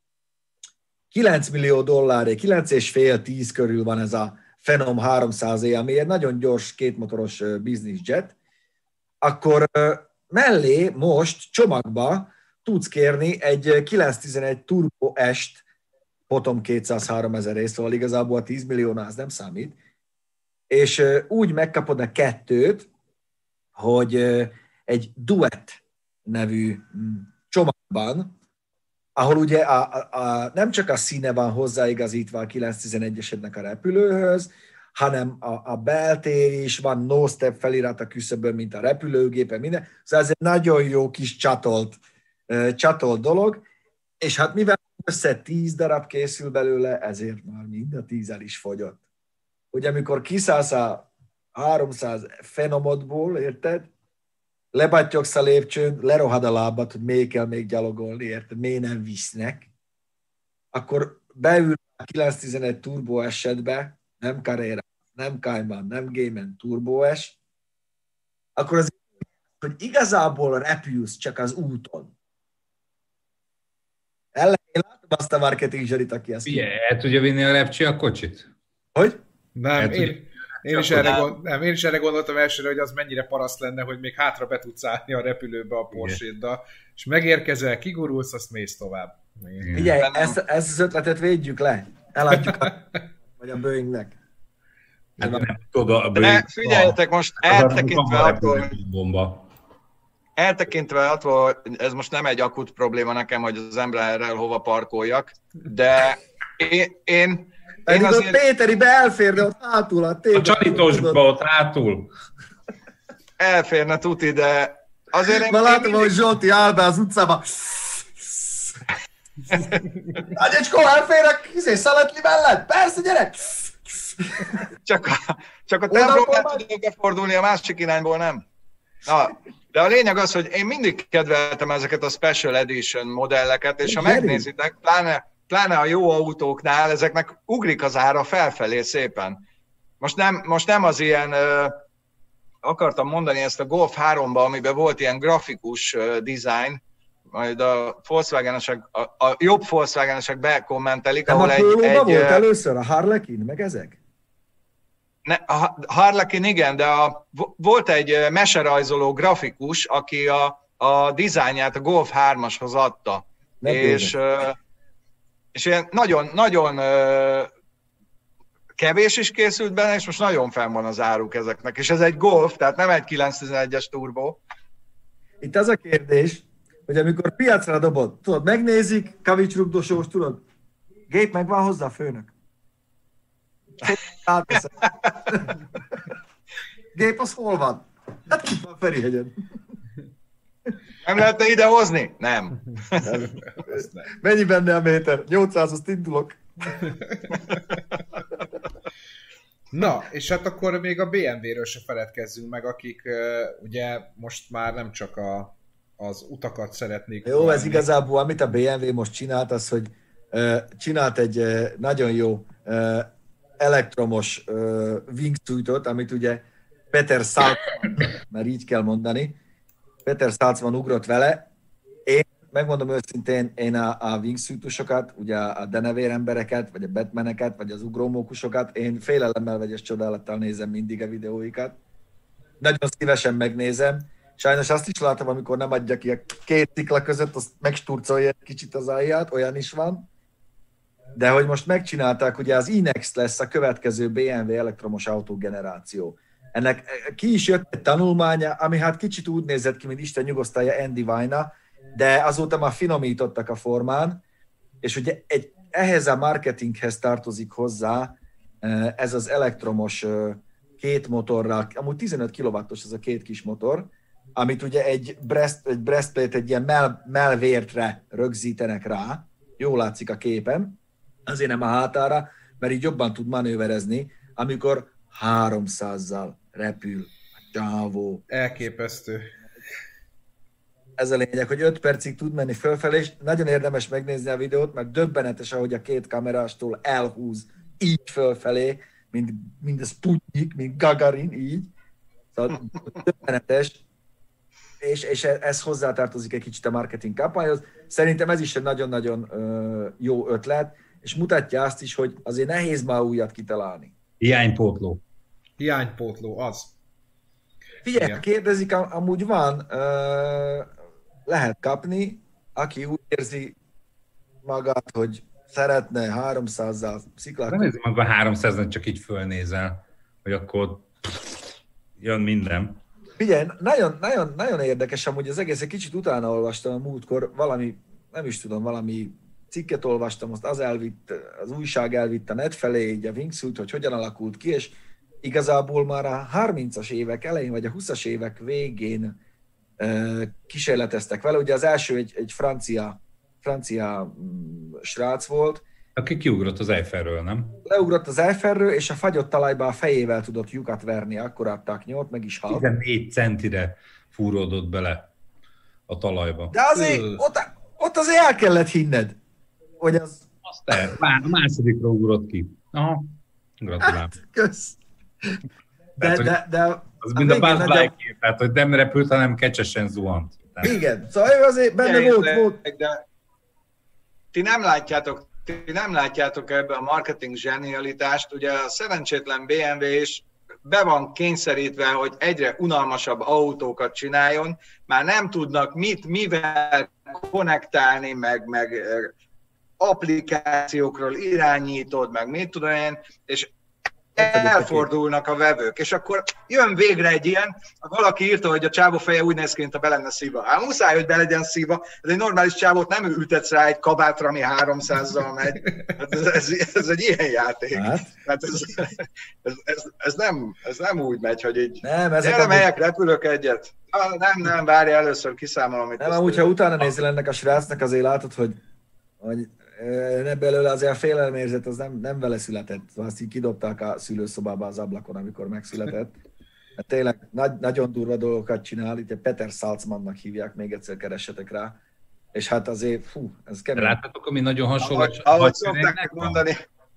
S3: kilenc millió dolláré, kilenc és fél tíz körül van ez a Phenom háromszáz E, ami egy nagyon gyors kétmotoros business jet, akkor mellé most csomagba tudsz kérni egy kilencszáztizenegy Turbo S-t, potom kétszázhárom-ezer rész, szóval igazából a tíz milliónál az nem számít, és úgy megkapod a kettőt, hogy egy Duet nevű csomagban, ahol ugye a, a, a, nem csak a színe van hozzáigazítva a kilencszáztizenegyesednek a repülőhöz, hanem a, a beltér is, van no-step felirat a küszöbön, mint a repülőgépen, minden. Szóval ez egy nagyon jó kis csatolt, csatolt dolog, és hát mivel össze tíz darab készül belőle, ezért már mind a tíz el is fogyott. Ugye amikor kiszállsz a háromszáz Phenomodból, érted? Lebattyogsz a lépcsőn, lerohad a lábad, hogy még kell még gyalogolni, érted? Miért nem visznek? Akkor beül a kilencszáztizenegy Turbo esetbe, nem Carrera, nem Cayman, nem Cayman, Turbo S, akkor az, hogy igazából repülsz csak az úton. Ellen, én látom azt a marketing zsarit, aki ezt
S4: Igen, el tudja vinni a repcsi a kocsit?
S3: Hogy?
S2: Nem, én, én, is erre gond, nem, én is erre gondoltam elsőre, hogy az mennyire paraszt lenne, hogy még hátra be tudsz állni a repülőbe a Porsche-ddal, és megérkezel, kigurulsz, azt mész tovább.
S3: Figyelj, ezt, ezt az ötletet védjük le. Eladjuk a, vagy a Boeingnek.
S4: Hát nem tudod,
S1: de figyeljetek, most eltekintve attól,
S4: bomba.
S1: eltekintve attól, ez most nem egy akut probléma nekem, hogy az Embraerrel hova parkoljak, de én, én,
S3: én azért... a Péteribe elfér, de ott hátul a tévé.
S4: A csanítósba ott hátul.
S1: Elférne tuti, de azért én...
S3: Ma látom, hogy Zsolti áll be az utcába. Agyacskó, elférek, izé, szaletli mellett? Persze, gyerek!
S1: Csak a, csak a templomban tudok befordulni, a másik irányból nem. Na, de a lényeg az, hogy én mindig kedveltem ezeket a Special Edition modelleket, és ha megnézitek, pláne, pláne a jó autóknál, ezeknek ugrik az ára felfelé szépen. Most nem, most nem az ilyen, uh, akartam mondani ezt a Golf háromba, amiben volt ilyen grafikus uh, design, majd a Volkswagen-esek, a, a jobb Volkswagen-esek bekommentelik,
S3: ahol egy... Nem a volt először a Harlequin, meg ezek?
S1: Ne, a Harlequin igen, de a, volt egy meserajzoló grafikus, aki a, a dizájnját a Golf hármashoz adta. Nem és, uh, és ilyen nagyon, nagyon uh, kevés is készült benne, és most nagyon fenn van az áruk ezeknek. És ez egy Golf, tehát nem egy kilencszáztizenegyes turbó.
S3: Itt az a kérdés, hogy amikor piacra dobod, tudod, megnézik, kavicsrugdosós, tudod, gép meg van hozzá, főnök. Gép az hol van? Hát kit van Ferihegyen.
S1: Nem lehetne ide hozni? Nem.
S3: Nem. Mennyi benne a méter? nyolcszázast indulok.
S2: Na, és hát akkor még a bé em vé-ről se feledkezzünk meg, akik uh, ugye most már nem csak a az utakat szeretnék.
S3: Jó, válni. Ez igazából, amit a bé em vé most csinált, az, hogy uh, csinált egy uh, nagyon jó uh, elektromos uh, wingsuitot, amit ugye Peter Saltzman, mert így kell mondani, Peter Saltzman ugrott vele. Én megmondom őszintén, én a, a wingsuitosokat, ugye a denevér embereket, vagy a Batmaneket, vagy az ugrómókusokat, én félelemmel vegyes csodálattal nézem mindig a videóikat. Nagyon szívesen megnézem. Sajnos azt is látom, amikor nem adja ki a két szikla között, azt megsturcolja egy kicsit az alját, olyan is van. De hogy most megcsinálták, ugye az iNext lesz a következő bé em vé elektromos autógeneráció. Ennek ki is jött egy tanulmánya, ami hát kicsit úgy nézett ki, mint Isten nyugosztalja Andy Vajna, de azóta már finomítottak a formán, és ugye egy, ehhez a marketinghez tartozik hozzá ez az elektromos két motorral, amúgy tizenöt kilowattos ez a két kis motor, amit ugye egy, breast, egy breastplate, egy ilyen mell, mellvértre rögzítenek rá, jól látszik a képen, azért nem a hátára, mert így jobban tud manőverezni, amikor háromszázzal repül a csávó.
S2: Elképesztő.
S3: Ez a lényeg, hogy öt percig tud menni fölfelé, és nagyon érdemes megnézni a videót, mert döbbenetes, ahogy a két kamerástól elhúz így fölfelé, mint, mint a Sputnik, mint Gagarin, így. Szóval döbbenetes, és, és ez hozzátartozik egy kicsit a marketing kampányhoz. Szerintem ez is egy nagyon-nagyon uh, jó ötlet, és mutatja azt is, hogy azért nehéz már újat kitalálni.
S4: Hiánypótló.
S2: Hiánypótló, az.
S3: Figyelj, igen. Kérdezik, am- amúgy van, uh, lehet kapni, aki úgy érzi magát, hogy szeretne háromszázzal sziklát.
S4: Nem érzi maga háromszáznal, csak így fölnézel, hogy akkor jön minden.
S3: Figyelj, nagyon, nagyon, nagyon érdekes, amúgy az egész, egy kicsit utána olvastam a múltkor, valami, nem is tudom, valami cikket olvastam, azt az elvitt, az újság elvitt a net felé, így a wingsuit, hogy hogyan alakult ki, és igazából már a harmincas évek elején, vagy a huszas évek végén uh, kísérleteztek vele. Ugye az első egy, egy francia, francia mm, srác volt.
S4: Aki kiugrott az Eiffelről, nem?
S3: Leugrott az Eiffelről, és a fagyott talajba a fejével tudott lyukat verni, akkor adták nyolc, meg is halt.
S4: tizennégy centire fúródott bele a talajba.
S3: De azért ott, ott azért el kellett hinned, hogy az...
S4: Azt el, a másodikra ugrott ki. Aha, gratulálom.
S3: Hát, kösz. De,
S4: Tehát,
S3: de, de,
S4: az mind a Buzz Lightyear, tehát hogy nem repült, hanem kecsesen zuhant. Tehát...
S3: Igen, szóval ő azért benne
S1: Igen,
S3: volt,
S1: de,
S3: volt.
S1: De ti nem látjátok, ti nem látjátok ebbe a marketing zsenialitást, ugye a szerencsétlen bé em vé is be van kényszerítve, hogy egyre unalmasabb autókat csináljon, már nem tudnak mit, mivel konnektálni, meg, meg applikációkról irányítod, meg mit tudom én, és elfordulnak a vevők, és akkor jön végre egy ilyen, valaki írta, hogy a csávó feje úgy néz ki, mint ha be lenne szíva. Hát muszáj, hogy be legyen szíva, ez egy normális csávót nem ültetsz rá egy kabátra, ami háromszázzal megy. Hát ez, ez, ez egy ilyen játék. Hát? Hát ez, ez, ez, ez, nem, ez nem úgy megy, hogy így
S3: nem,
S1: erre megyek, repülök egyet. Ah, nem, nem, várj, először kiszámolom.
S3: Nem, amúgy, ha utána nézel ennek a srácnak, azért látod, hogy, hogy ne belőle azért a félelmérzet az nem, nem vele született, azt így kidobták a szülőszobába az ablakon, amikor megszületett. Mert tényleg nagy, nagyon durva dolgokat csinál, itt Peter Salzmannak hívják, még egyszer keressetek rá. És hát azért, fú, ez kemény.
S4: Láttátok, ami nagyon hasonló.
S1: Ahogy, ahogy szokták mondani.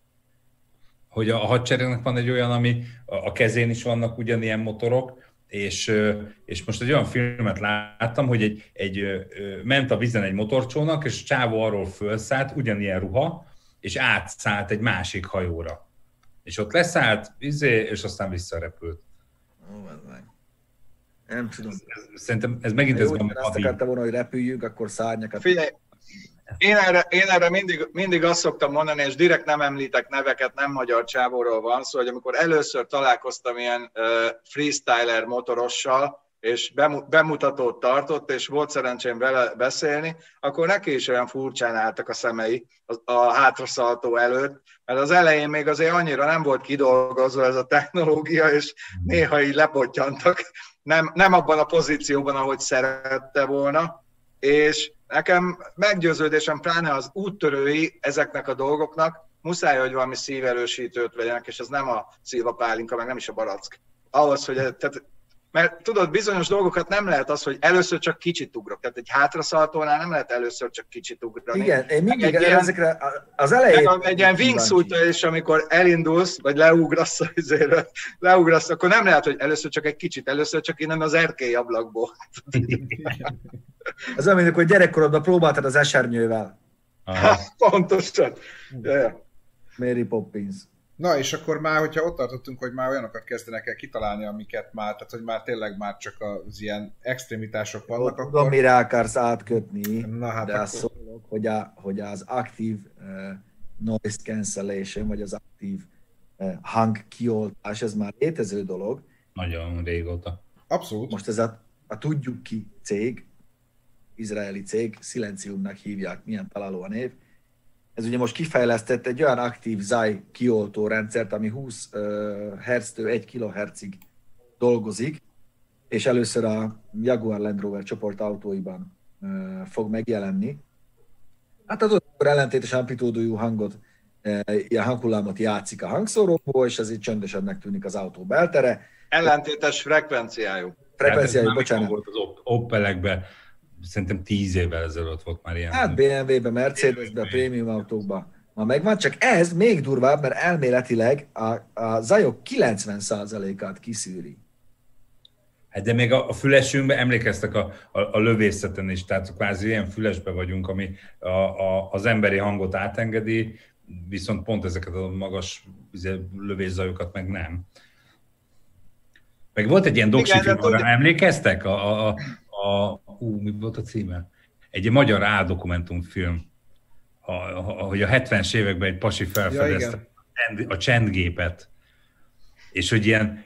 S4: Hogy a hadseregnek van egy olyan, ami a kezén is vannak ugyanilyen motorok, és, és most egy olyan filmet láttam, hogy egy, egy, ment a vízen egy motorcsónak, és csávó arról fölszállt, ugyanilyen ruha, és átszállt egy másik hajóra. És ott leszállt, izé, és aztán visszarepült.
S3: Ó, ez meg. Nem tudom.
S4: Ez, szerintem ez megint
S3: jó,
S4: ez van.
S3: Azt akartam volna, hogy repüljünk, akkor szárnyakat.
S1: Figyelj, én erre, én erre mindig, mindig azt szoktam mondani, és direkt nem említek neveket, nem magyar csávóról van szó, hogy amikor először találkoztam ilyen uh, freestyler motorossal, és bemutatót tartott, és volt szerencsém vele beszélni, akkor neki is olyan furcsán álltak a szemei a, a hátraszaltó előtt, mert az elején még azért annyira nem volt kidolgozva ez a technológia, és néha így lepottyantak, nem, nem abban a pozícióban, ahogy szerette volna, és nekem meggyőződésem, pláne az úttörői ezeknek a dolgoknak, muszáj, hogy valami szíverősítőt vegyenek, és ez nem a szilvapálinka, meg nem is a barack. Ahhoz, hogy... Tehát, mert tudod, bizonyos dolgokat nem lehet az, hogy először csak kicsit ugrok. Tehát egy hátraszaltónál nem lehet először csak kicsit ugrani.
S3: Igen, én mindig egy ezekre az elején...
S1: Egy ilyen wingsuit, és amikor elindulsz, vagy leugrasz, leugrasz, akkor nem lehet, hogy először csak egy kicsit, először csak innen az erkély ablakból.
S3: Ez olyan, amikor gyerekkorodban próbáltad az esernyővel.
S1: Pontosan. Yeah.
S3: Mary Poppins.
S2: Na, és akkor már, hogyha ott tartottunk, hogy már olyanokat kezdenek el kitalálni, amiket már, tehát hogy már tényleg már csak az ilyen extremitások vannak,
S3: ott akkor... Tudom, mire akarsz átkötni,
S2: Na, hát
S3: de
S2: akkor...
S3: azt szólok, hogy, a, hogy az aktív uh, noise cancellation, vagy az aktív uh, hangkioltás, ez már létező dolog.
S4: Nagyon régóta.
S2: Abszolút.
S3: Most ez a, a Tudjuk Ki cég, izraeli cég, Silenciumnak hívják, milyen találó a név. Ez ugye most kifejlesztett egy olyan aktív zaj kioltó rendszert, ami húsz hertztől egy kilohertzig dolgozik, és először a Jaguar Land Rover csoport autóiban fog megjelenni. Hát az akkor ellentétes amplitúdújú hangot, ilyen hanghullámot játszik a hangszóróból, és ez így csöndesebbnek tűnik az autó beltere.
S1: Ellentétes frekvenciájú.
S3: Frekvenciájú, bocsánat.
S4: Volt az Opelekben, szerintem tíz évvel ezelőtt volt már ilyen.
S3: Hát bé em vé-ben, Mercedes-ben, prémium autókban ma megvan, csak ez még durvább, mert elméletileg a, a zajok kilencven százalékát kiszűri.
S4: Hát de még a, a fülesünkben emlékeztek a, a, a lövészeten is, tehát kvázi ilyen fülesbe vagyunk, ami a, a, az emberi hangot átengedi, viszont pont ezeket a magas lövészajokat meg nem. Meg volt egy ilyen doksi film, arra emlékeztek? A, a, a, ú, mi volt a címe? Egy magyar áldokumentumfilm, a, a, hogy a hetvenes években egy pasi felfedezte ja, a csendgépet, és hogy ilyen,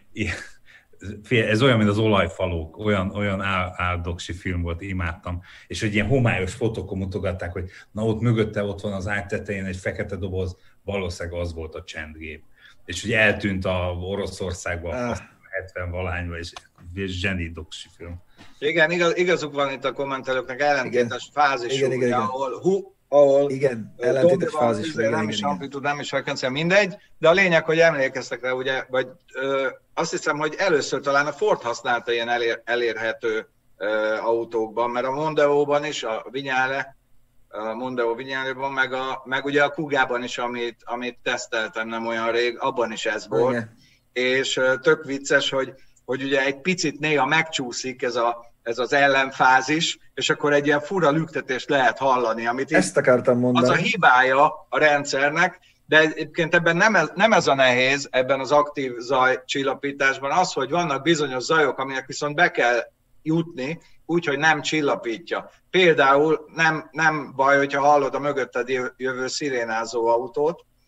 S4: ez olyan, mint az olajfalók, olyan, olyan áldoksi film volt, imádtam, és hogy ilyen homályos fotókon mutogatták, hogy na ott mögötte ott van az ágy tetején egy fekete doboz, valószínűleg az volt a csendgép. És hogy eltűnt a Oroszországban, ah. hetven valányban, és zseni doksi film.
S1: Igen, igaz, igazuk van itt a kommentelőknek, ellentétes fázisú,
S3: igen, igen, igen.
S1: ahol, hu, ahol
S3: igen, ellentétes fázisú,
S1: nem
S3: igen,
S1: is
S3: igen,
S1: amplitud, nem is frekvencia, mindegy, de a lényeg, hogy emlékeztek rá, ugye, vagy ö, azt hiszem, hogy először talán a Ford használta ilyen elér, elérhető ö, autókban, mert a Mondeo-ban is, a Vignale, a Mondeo Vignale-ban, meg, a, meg ugye a Kugában is, amit, amit teszteltem nem olyan rég, abban is ez volt. Igen. És ö, tök vicces, hogy hogy ugye egy picit néha megcsúszik ez, a, ez az ellenfázis, és akkor egy ilyen fura lüktetést lehet hallani, amit
S3: ezt akartam mondani.
S1: Az a hibája a rendszernek, de egyébként ebben nem ez, nem ez a nehéz, ebben az aktív zajcsillapításban, az, hogy vannak bizonyos zajok, aminek viszont be kell jutni, úgyhogy nem csillapítja. Például nem, nem baj, hogyha hallod a mögötted jövő szirénázó autót,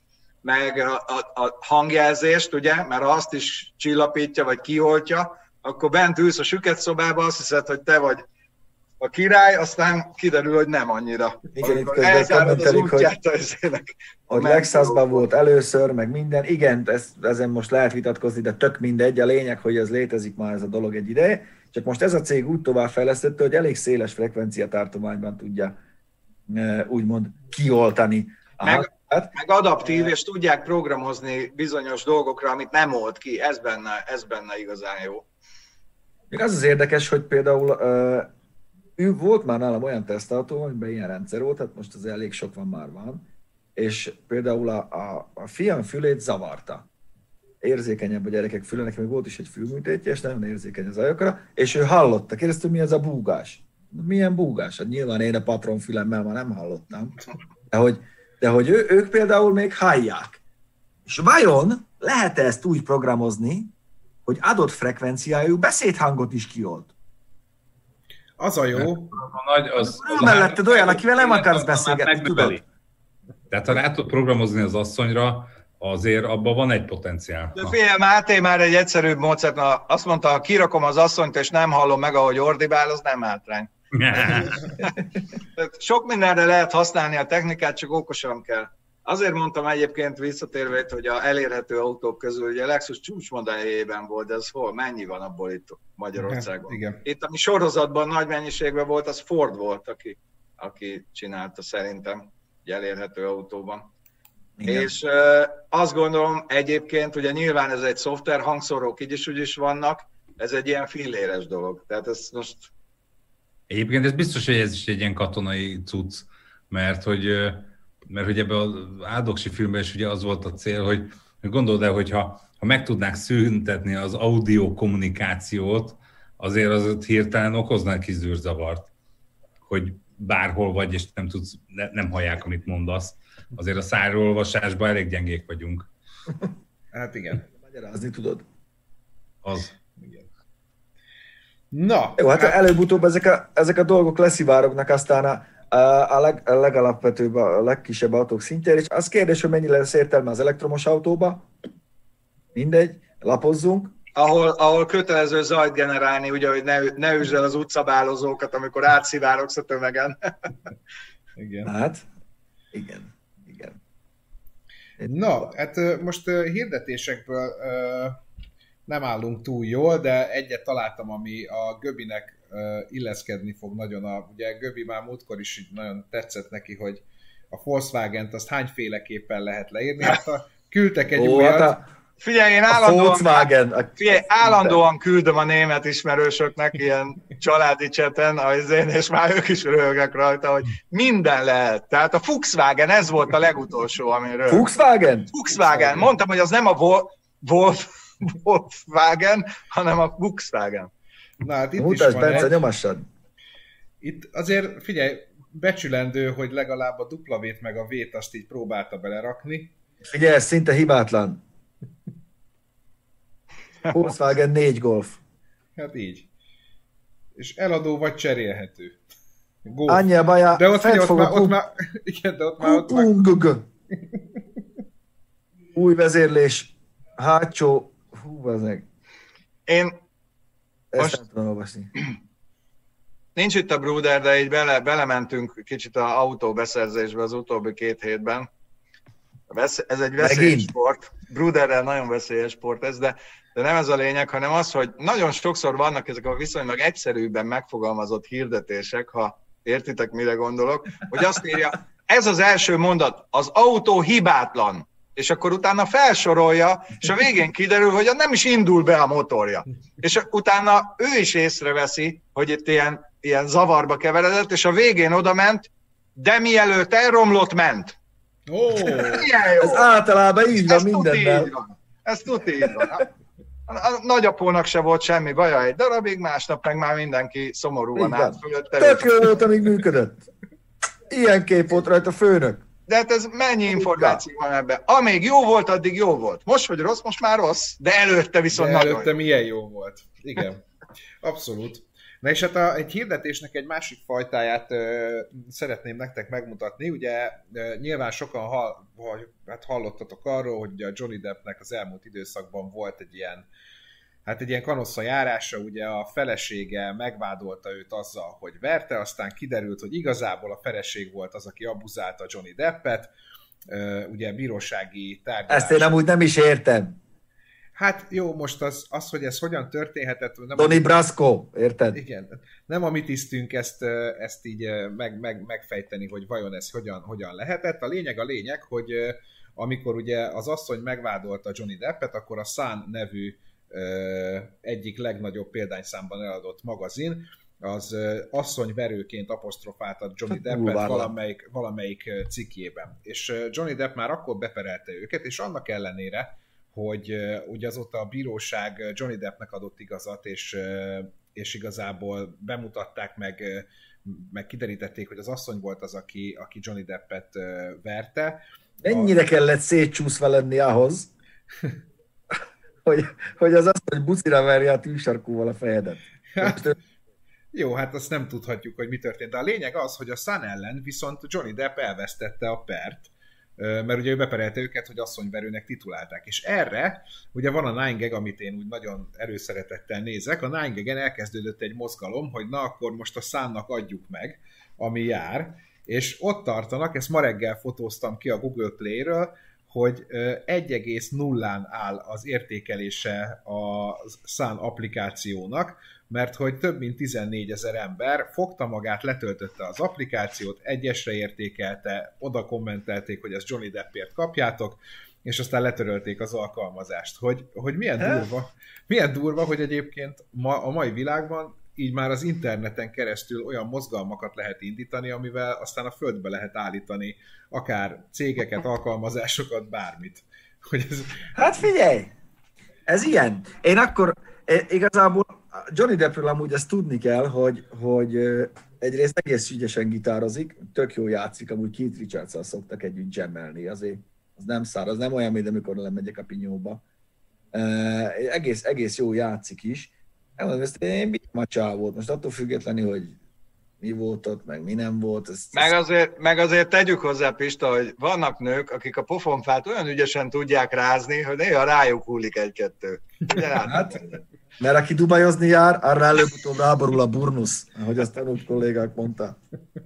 S1: meg a, a, a hangjelzést, ugye, mert ha azt is csillapítja, vagy kioltja, akkor bent ülsz a süket szobába, azt hiszed, hogy te vagy a király, aztán kiderül, hogy nem annyira.
S3: Igen, itt közben kommentelik, hogy, hogy Lexusban volt először, meg minden. Igen, ez, ezen most lehet vitatkozni, de tök mindegy. A lényeg, hogy ez létezik már ez a dolog egy ideje. Csak most ez a cég úgy továbbfejlesztette, hogy elég széles frekvenciatartományban tudja úgymond kioltani.
S1: Meg, meg adaptív, és tudják programozni bizonyos dolgokra, amit nem old ki. Ez benne, ez benne igazán jó.
S3: Még az az érdekes, hogy például ő volt már nálam olyan tesztautó, amiben ilyen rendszer volt, hát most az elég sok van, már van, és például a, a, a fiam fülét zavarta. Érzékenyebb a gyerekek füle, neki még volt is egy fülműtétje, és nagyon érzékeny az ajokra, és ő hallotta. Kérdeztük, mi ez a búgás? Milyen búgás? Hát nyilván én a patron fülemmel már nem hallottam. De hogy, de hogy ő, ők például még hallják. És vajon lehet-e ezt úgy programozni, hogy adott frekvenciájú beszédhangot is kiolt?
S2: Az a jó.
S4: A nagy, az,
S3: ő melletted olyan, akivel nem akarsz beszélgetni, tudod?
S4: Tehát ha rá tud programozni az asszonyra, azért abban van egy potenciál.
S1: De figyelj, Máté már egy egyszerűbb módszert, azt mondta, ha kirakom az asszonyt, és nem hallom meg, ahogy ordibál, az nem hátrány. Sok mindenre lehet használni a technikát, csak okosan kell. Azért mondtam egyébként visszatérve, hogy a elérhető autók közül, ugye a Lexus csúcsmodelljében volt, de az hol, mennyi van abból itt Magyarországon?
S2: Igen.
S1: Itt, ami sorozatban nagy mennyiségben volt, az Ford volt, aki, aki csinálta szerintem egy elérhető autóban. Igen. És uh, azt gondolom egyébként, ugye nyilván ez egy szoftver, hangszórók így is úgy is vannak, ez egy ilyen filléres dolog. Tehát ez most...
S4: Egyébként ez biztos, hogy ez is egy ilyen katonai cucc, mert hogy, mert hogy ebben az Áldoksi filmben is ugye az volt a cél, hogy, hogy gondold el, hogyha ha meg tudnák szüntetni az audio kommunikációt, azért az hirtelen okozna kis zűrzavart, hogy bárhol vagy, és nem tudsz, ne, nem hallják, amit mondasz. Azért a szárolvasásban elég gyengék vagyunk.
S2: Hát igen.
S3: Magyarázni tudod.
S4: Az.
S2: Igen. Na.
S3: Jó, hát, hát... előbb-utóbb ezek a, ezek a dolgok leszivárognak aztán a, a, leg, a legalapvetőbb, a legkisebb autók szintjén, és az kérdés, hogy mennyi lesz értelme az elektromos autóba. Mindegy, lapozzunk.
S1: Ahol, ahol kötelező zajt generálni, ugye, hogy ne, ne üsd el az utcabálozókat, amikor átszivárogsz a tömegen.
S2: Igen.
S3: Hát, igen. Igen.
S2: Na, hát most hirdetésekből nem állunk túl jól, de egyet találtam, ami a Göbinek illeszkedni fog nagyon. A, ugye Göbi már múltkor is nagyon tetszett neki, hogy a Volkswagent azt hányféleképpen lehet leírni. Hát a, küldtek egy
S3: Ó,
S2: újat.
S3: Hát a,
S1: figyelj, én állandóan, a figyelj, állandóan küldöm a német ismerősöknek ilyen családi cseten, én, és már ők is röhögnek rajta, hogy minden lehet. Tehát a Volkswagen, ez volt a legutolsó, amiről.
S3: Volkswagen?
S1: Volkswagen. Mondtam, hogy az nem a Vol- Wolf, Volkswagen, hanem a Volkswagen.
S2: Na, hát itt
S3: Mutasd,
S2: is van
S3: Bence,
S2: egy...
S3: nyomassad.
S2: Itt azért, figyelj, becsülendő, hogy legalább a W-t meg a V-t azt így próbálta belerakni.
S3: Figyelj, ez szinte hibátlan. Volkswagen négy Golf.
S2: Hát így. És eladó vagy cserélhető. Golf.
S3: Annyi a baja,
S2: de ott, figyelj, ott, már, ott már... Igen, de ott már... Ott már...
S3: Új vezérlés, hátsó... Hú, bazdmeg.
S1: Én...
S3: Ezt
S1: most...
S3: nem tudom olvasni.
S1: Nincs itt a Bruder, de így bele, belementünk kicsit az autóbeszerzésbe az utóbbi két hétben. Ez egy veszélyes sport. Bruderrel nagyon veszélyes sport ez, de, de nem ez a lényeg, hanem az, hogy nagyon sokszor vannak ezek a viszonylag egyszerűbben megfogalmazott hirdetések, ha értitek, mire gondolok, hogy azt írja, ez az első mondat, az autó hibátlan, és akkor utána felsorolja, és a végén kiderül, hogy nem is indul be a motorja. És utána ő is észreveszi, hogy itt ilyen, ilyen zavarba keveredett, és a végén oda ment, de mielőtt elromlott, ment.
S2: Oh.
S3: Ez általában így van mindennel.
S1: Ez tuti így van. A, a nagyapónak se volt semmi baja egy darabig, másnap meg már mindenki szomorúan állt fölötte.
S3: Tök jó volt, amíg működött. Ilyen kép volt rajta főnök.
S1: De hát ez mennyi információ van ebben? Amíg jó volt, addig jó volt. Most, hogy rossz, most már rossz. De előtte viszont
S2: de
S1: nagyon
S2: előtte
S1: jó.
S2: Milyen jó volt. Igen. Abszolút. Na és hát a, egy hirdetésnek egy másik fajtáját ö, szeretném nektek megmutatni. Ugye ö, nyilván sokan hall, vagy, hát hallottatok arról, hogy a Johnny Deppnek az elmúlt időszakban volt egy ilyen, hát egy ilyen kanossza járása, ugye a felesége megvádolta őt azzal, hogy verte, aztán kiderült, hogy igazából a feleség volt az, aki abuzálta Johnny Deppet. Ö, ugye bírósági tárgyalás.
S3: Ezt én amúgy nem is értem.
S2: Hát jó, most az, az hogy ez hogyan történhetett... Nem
S3: Donnie Brasco, érted?
S2: Igen, nem a mi tisztünk ezt, ezt így meg, meg, megfejteni, hogy vajon ez hogyan, hogyan lehetett. A lényeg a lényeg, hogy amikor ugye az asszony megvádolta Johnny Deppet, akkor a Sun nevű egyik legnagyobb példányszámban eladott magazin, az asszonyverőként apostrofálta Johnny Deppet valamelyik, valamelyik cikkében. És Johnny Depp már akkor beperelte őket, és annak ellenére, hogy uh, ugye azóta a bíróság Johnny Deppnek adott igazat, és, uh, és igazából bemutatták, meg, uh, meg kiderítették, hogy az asszony volt az, aki, aki Johnny Deppet uh, verte.
S3: Mennyire a... kellett szétcsúszva lenni ahhoz, hogy, hogy az asszony bucira verje a tűsarkúval a fejedet.
S2: Hát, jó, hát azt nem tudhatjuk, hogy mi történt. De a lényeg az, hogy a Sun ellen viszont Johnny Depp elvesztette a pert, mert ugye ő beperelte őket, hogy asszonyverőnek titulálták. És erre ugye van a nine gag, amit én úgy nagyon erőszeretettel nézek. A nine gagen elkezdődött egy mozgalom, hogy na akkor most a Sunnak adjuk meg, ami jár, és ott tartanak, ezt ma reggel fotóztam ki a Google Play-ről, hogy egy egész nullán áll az értékelése a Sun applikációnak, mert hogy több mint tizennégyezer ember fogta magát, letöltötte az applikációt, egyesre értékelte, oda kommentelték, hogy ezt Johnny Deppért kapjátok, és aztán letörölték az alkalmazást. Hogy, hogy milyen durva, milyen durva, hogy egyébként ma, a mai világban így már az interneten keresztül olyan mozgalmakat lehet indítani, amivel aztán a földbe lehet állítani akár cégeket, alkalmazásokat, bármit. Hogy ez...
S3: Hát figyelj! Ez ilyen. Én akkor igazából Johnny Deppről amúgy ezt tudni kell, hogy, hogy egyrészt egész ügyesen gitározik, tök jó játszik, amúgy Keith Richardssal szoktak együtt jammelni, azért az nem szár, az nem olyan, mint amikor lemegyek a pinyóba. Egész, egész jó játszik is. Elmondom, ezt én bírom a csávót, most attól függetlenül, hogy mi volt ott, meg mi nem volt. Ezt,
S1: meg, azért, meg azért tegyük hozzá, Pista, hogy vannak nők, akik a pofonfát olyan ügyesen tudják rázni, hogy néha rájuk hullik egy-kettő.
S3: Hát, mert aki dubajozni jár, arra előbb-utóbb ráborul a burnusz, ahogy azt tanult kollégák mondta.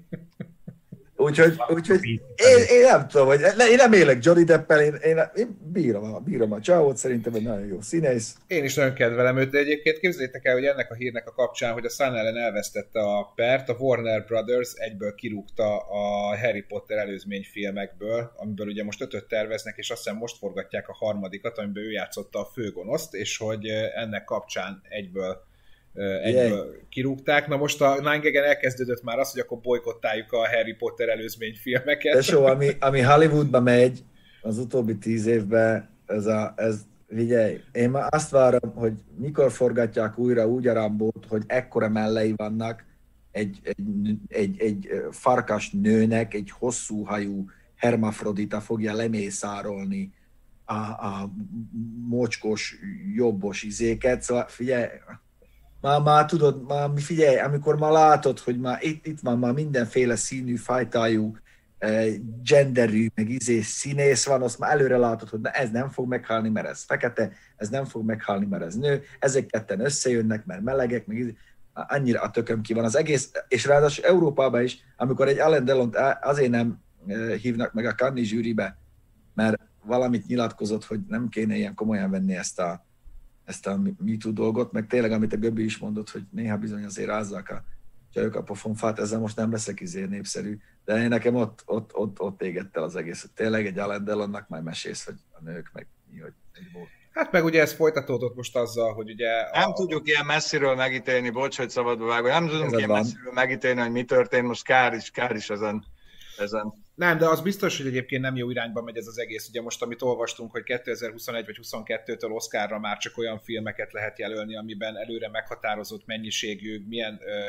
S3: Úgyhogy, úgyhogy én, én nem tudom, hogy én nem élek Johnny Deppel, én, én, én bírom, bírom a csávót, szerintem egy nagyon jó színész.
S2: Én is nagyon kedvelem őt, de egyébként képzeljétek el, hogy ennek a hírnek a kapcsán, hogy a Sun ellen elvesztette a pert, a Warner Brothers egyből kirúgta a Harry Potter előzményfilmekből, amiből ugye most ötöt terveznek, és azt hiszem most forgatják a harmadikat, amiben ő játszotta a főgonoszt, és hogy ennek kapcsán egyből egyből kirúgták. Na most a nine gagen elkezdődött már az, hogy akkor bolykottáljuk a Harry Potter előzményfilmeket.
S3: De so, ami, ami Hollywoodba megy az utóbbi tíz évben, ez, a, ez figyelj, én már azt várom, hogy mikor forgatják újra úgy a Rambót, hogy ekkora mellei vannak egy, egy, egy, egy farkas nőnek, egy hosszú hajú hermafrodita fogja lemészárolni a, a mocskos, jobbos izéket, szóval figyelj, Már, már tudod, már figyelj, amikor már látod, hogy már itt, itt van már mindenféle színű, fajtájú, genderű, meg izé színész van, azt már előre látod, hogy na, ez nem fog meghalni, mert ez fekete, ez nem fog meghalni, mert ez nő, ezek ketten összejönnek, mert melegek, meg izé, annyira a tököm ki van az egész, és ráadásul Európában is, amikor egy Alain Delont azért nem hívnak meg a Cannes zsűribe, mert valamit nyilatkozott, hogy nem kéne ilyen komolyan venni ezt a ezt a MeToo dolgot, meg tényleg, amit a Göbbi is mondott, hogy néha bizony azért rázzák a csajok a pofonfát, ezzel most nem leszek izé népszerű, de én nekem ott, ott, ott, ott égett el az egész. Tényleg egy Alain Delonnak majd mesélsz, hogy a nők meg mi, hogy egy volt.
S2: Hát meg ugye ez folytatódott most azzal, hogy ugye...
S1: Nem
S2: a...
S1: tudjuk ilyen messziről megítélni, bocs, hogy szabadba vágom, nem tudunk ilyen
S3: van.
S1: messziről megítélni, hogy mi történt, most kár is, kár is ezen. ezen.
S2: Nem, de az biztos, hogy egyébként nem jó irányba megy ez az egész. Ugye most, amit olvastunk, hogy kétezer-huszonegy vagy huszonkettőtől Oscarra már csak olyan filmeket lehet jelölni, amiben előre meghatározott mennyiségű, milyen ö,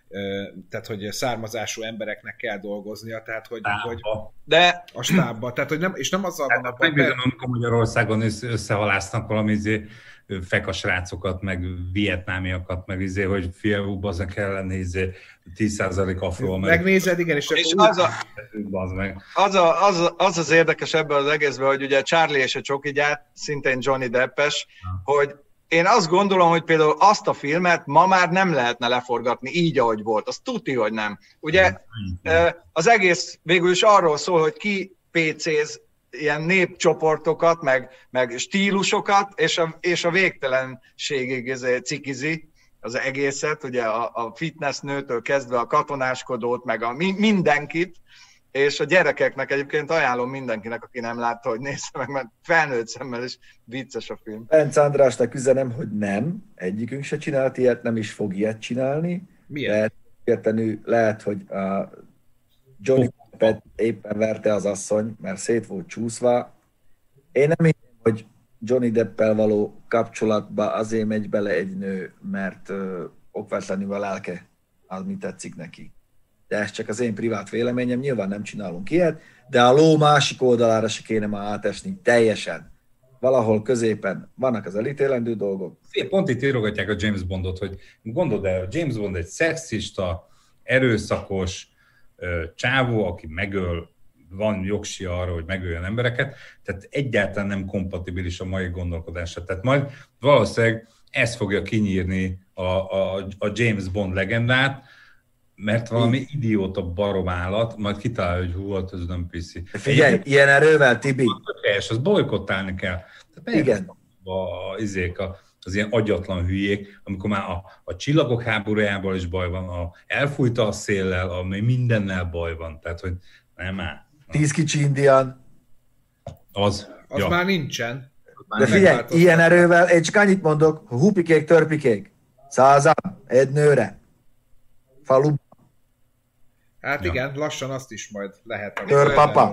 S2: tehát hogy származású embereknek kell dolgoznia, tehát hogy, hogy
S1: de
S2: a stábba, tehát hogy nem, és nem azzal van abban.
S4: Megnézem, amikor Magyarországon összehalásznak valami izé, fekasrácokat, meg vietnámiakat, meg izé, hogy fiú, bazen kell lenni izé, tíz százalék afro.
S2: Megnézed, igen, és,
S1: és az, a, az, a, az, az az érdekes ebben az egészben, hogy ugye Charlie és a Csoki gyárt, szintén Johnny Deppes, ha. hogy én azt gondolom, hogy például azt a filmet ma már nem lehetne leforgatni így, ahogy volt. Az tuti, hogy nem. Ugye az egész végül is arról szól, hogy ki pécéz ilyen népcsoportokat, meg, meg stílusokat, és a, és a végtelenségig cikizi az egészet, ugye a, a fitnessnőtől kezdve a katonáskodót, meg a mi, mindenkit, és a gyerekeknek egyébként ajánlom mindenkinek, aki nem látta, hogy nézze meg, mert felnőtt szemmel is vicces a film.
S3: Bence Andrásnak üzenem, hogy nem, egyikünk se csinált ilyet, nem is fog ilyet csinálni.
S2: Miért?
S3: Lehet, értenő, lehet hogy a Johnny Deppet éppen verte az asszony, mert szét volt csúszva. Én nem hiszem, hogy Johnny Deppel való kapcsolatba azért megy bele egy nő, mert ö, okvetlenül a lelke az, mi tetszik neki. De ez csak az én privát véleményem, nyilván nem csinálunk ilyet, de a ló másik oldalára se kéne már átesni teljesen. Valahol középen vannak az elítélendő dolgok.
S4: Pont itt írogatják a James Bondot, hogy gondold el, James Bond egy szexista, erőszakos csávó, aki megöl, van jogsi arra, hogy megöljön embereket, tehát egyáltalán nem kompatibilis a mai gondolkodása. Tehát majd valószínűleg ez fogja kinyírni a, a, a James Bond legendát, mert valami idióta baromállat, majd kitalálja, hogy hú, ez nem piszi.
S3: Figyelj, egy, ilyen erővel, Tibi.
S4: És azt bolykottálni kell. Tehát
S3: igen.
S4: A, a, izék, a, az ilyen agyatlan hülyék, amikor már a, a csillagok háborújával is baj van, a, elfújta a széllel, ami mindennel baj van. Tehát, hogy nem áll.
S3: Tíz kicsi indián.
S4: Az.
S2: Az ja. Már nincsen.
S3: Már de figyelj, ilyen erővel, én csak annyit mondok, hupikék, törpikék, százan, egy nőre, falu.
S2: Hát ja. Igen, lassan azt is majd lehet.
S3: Törpapa.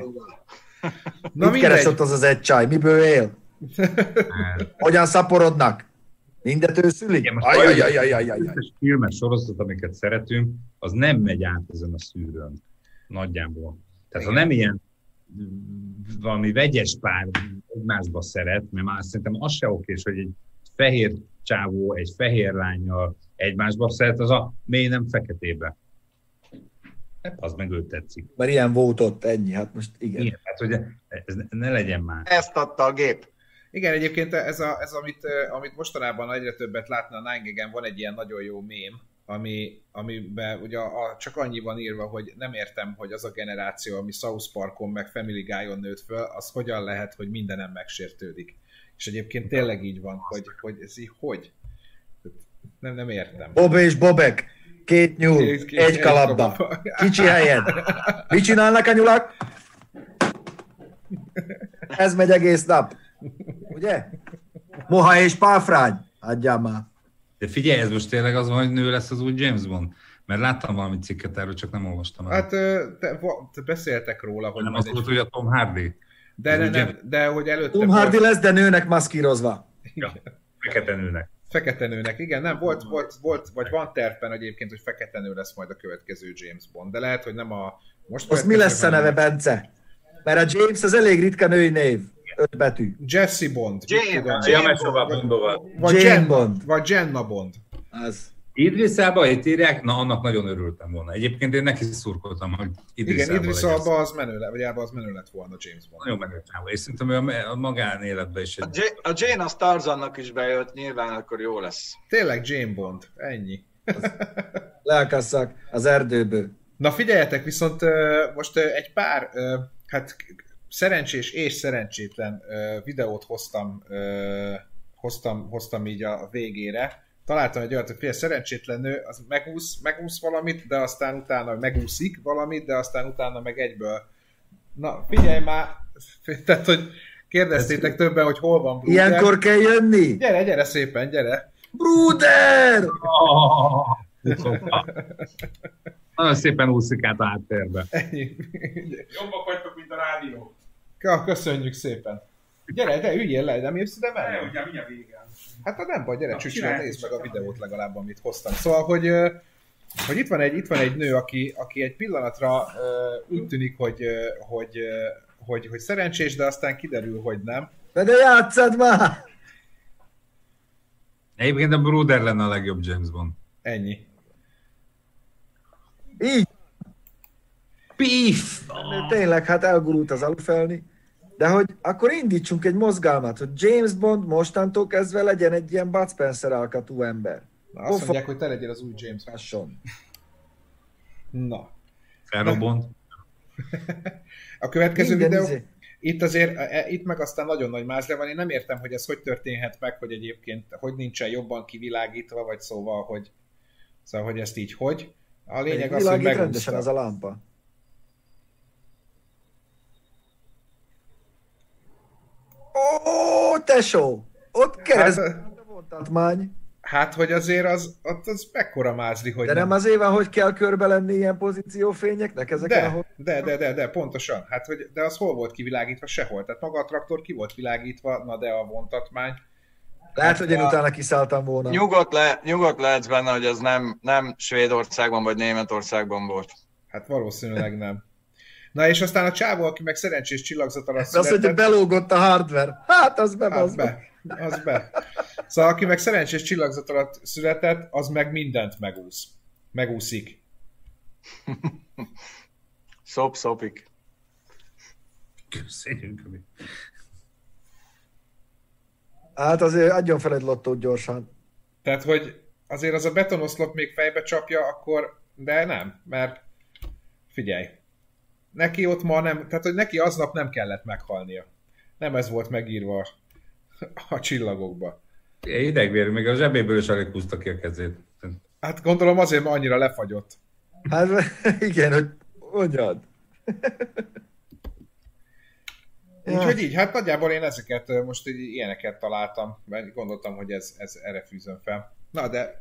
S3: Na mit keresett az az egy csaj? Miből él? Hogyan szaporodnak? Mindet ő szüli?
S4: Ajajajajajajaj. A filmes sorozat, amiket szeretünk, az nem megy át ezen a szűrőn. Nagyjából. Tehát igen. Ha nem ilyen valami vegyes pár egymásba szeret, mert már szerintem az se okés, hogy egy fehér csávó, egy fehér lánnyal egymásba szeret, az a mély nem feketébe. Az meg őt tetszik.
S3: Mert ilyen volt ott, ennyi, hát most igen.
S4: Igen, hát hogy ez ne legyen már.
S1: Ezt adta a gép.
S2: Igen, egyébként ez, a, ez amit, amit mostanában egyre többet látna a nine gag-en, van egy ilyen nagyon jó mém, ami, amiben ugye a, a, csak annyi van írva, hogy nem értem, hogy az a generáció, ami South Parkon meg Family Guy-on nőtt föl, az hogyan lehet, hogy mindenem megsértődik. És egyébként tényleg így van, hogy, hogy ez így hogy? Nem, nem értem.
S3: Bob és Bobek, két nyúl, két, két, egy kalapba, kicsi helyen. Mit csinálnak a nyulak? Ez megy egész nap. Ugye? Moha és páfrány. Adjál már.
S4: De figyelj, ez most tényleg az van, hogy nő lesz az új James Bond? Mert láttam valami cikket erről, csak nem olvastam el.
S2: Hát te, te beszéltek róla, hogy...
S4: Nem az volt, hogy a Tom Hardy.
S2: De, ne, nem, de hogy előtte...
S3: Tom Hardy lesz, de nőnek maszkírozva.
S4: Ja, fekete nőnek.
S2: Fekete nőnek, igen, nem, volt, volt, volt, vagy van tervben egyébként, hogy fekete nő lesz majd a következő James Bond, de lehet, hogy nem a...
S3: Most az mi lesz a neve, Bence? Mert a James az elég ritka női név. Öt betű.
S2: Jesse Bond.
S1: James,
S4: James Bond.
S2: Vagy Jenna Bond. Vagy Jenna Bond.
S3: Az.
S4: Idris Elba, itt írják, na annak nagyon örültem volna. Egyébként én neki szurkoltam, hogy Idris
S2: Igen, Idris Elba az menő lett, vagy Elba az menő lett volna James Bond.
S4: Nagyon menő csávó, és szerintem ő a magánéletben is egy...
S1: A Jane a Tarzannak is bejött, nyilván akkor jó lesz.
S2: Tényleg Jane Bond, ennyi.
S3: Lelkasszak az erdőből.
S2: Na figyeljetek, viszont most egy pár, hát szerencsés és szerencsétlen videót hoztam, hoztam, hoztam így a végére. Találtam egy olyat, hogy fél szerencsétlen nő, az megúsz, megúsz valamit, de aztán utána megúszik valamit, de aztán utána meg egyből. Na, figyelj már, tehát, hogy kérdeztétek többen, hogy hol van Bruder.
S3: Ilyenkor kell jönni?
S2: Gyere, gyere szépen, gyere.
S3: Bruder!
S4: Oh, nagyon szépen úszik át a háttérbe.
S2: Jobbak vagytok, mint a rádió. Ja, köszönjük szépen. Gyere, de üljél le, nem jössz ide mellé?
S5: Ne, ugye mindjárt vége.
S2: Hát ha nem baj, gyere, csücsön, nézd meg a videót legalább, amit hoztam. Szóval, hogy hogy itt van egy, itt van egy nő, aki, aki egy pillanatra uh, úgy tűnik, hogy, uh, hogy, uh, hogy, hogy szerencsés, de aztán kiderül, hogy nem.
S3: De de játsszad már!
S4: Egyébként a Bruder lenne a legjobb James Bond.
S2: Ennyi.
S3: Így.
S4: Pif!
S3: Tényleg, hát elgurult az alufelni. De hogy akkor indítsunk egy mozgalmat, hogy James Bond mostantól kezdve legyen egy ilyen Bud Spencer alkatú ember.
S2: Na, azt mondják, hogy te legyél az új James Bond. Na.
S4: Ferrobond.
S2: A következő
S3: Minden
S2: videó,
S3: izé.
S2: itt azért, itt meg aztán nagyon nagy mázle van, én nem értem, hogy ez hogy történhet meg, hogy egyébként, hogy nincsen jobban kivilágítva, vagy szóval, hogy, szóval, hogy ezt így hogy. A lényeg az, hogy megúszta.
S3: Rendesen az a lámpa. Ó, tesó! Ott keresztül
S2: Hát,
S3: a vontatmány.
S2: hát, hogy azért az, az, az mekkora mázli, hogy
S3: De nem azért van, hogy kell körbe lenni ilyen pozíciófényeknek ezeken
S2: de,
S3: a hol...
S2: de, de, de, de, pontosan. Hát, hogy, de az hol volt kivilágítva? Sehol. Tehát maga a traktor ki volt világítva, na de a vontatmány.
S3: Lehet, hogy én utána kiszálltam volna.
S1: Nyugodt, le, nyugodt lehetsz benne, hogy ez nem, nem Svédországban vagy Németországban volt.
S2: Hát valószínűleg nem. Na és aztán a csávó, aki meg szerencsés csillagzat alatt
S3: De azt, hogy belógott a hardware. Hát, az be,
S2: az
S3: az be.
S2: be. Az be. Szóval aki meg szerencsés csillagzat alatt született, az meg mindent megúsz. Megúszik.
S1: Szop-szopik.
S4: Köszönjük.
S3: Hát azért adjon fel egy lottót gyorsan.
S2: Tehát, hogy azért az a betonoszlop még fejbe csapja, akkor... De nem, mert figyelj. Neki ott ma nem... Tehát, hogy neki aznap nem kellett meghalnia. Nem ez volt megírva a, a csillagokba.
S4: Idegvér, még a zsebéből is alig húzta ki a kezét.
S2: Hát gondolom azért, mert annyira lefagyott.
S3: Hát igen, hogy mondjad.
S2: Úgyhogy így, hát nagyjából én ezeket most így ilyeneket találtam, mert gondoltam, hogy ez, ez erre fűzöm fel. Na, de...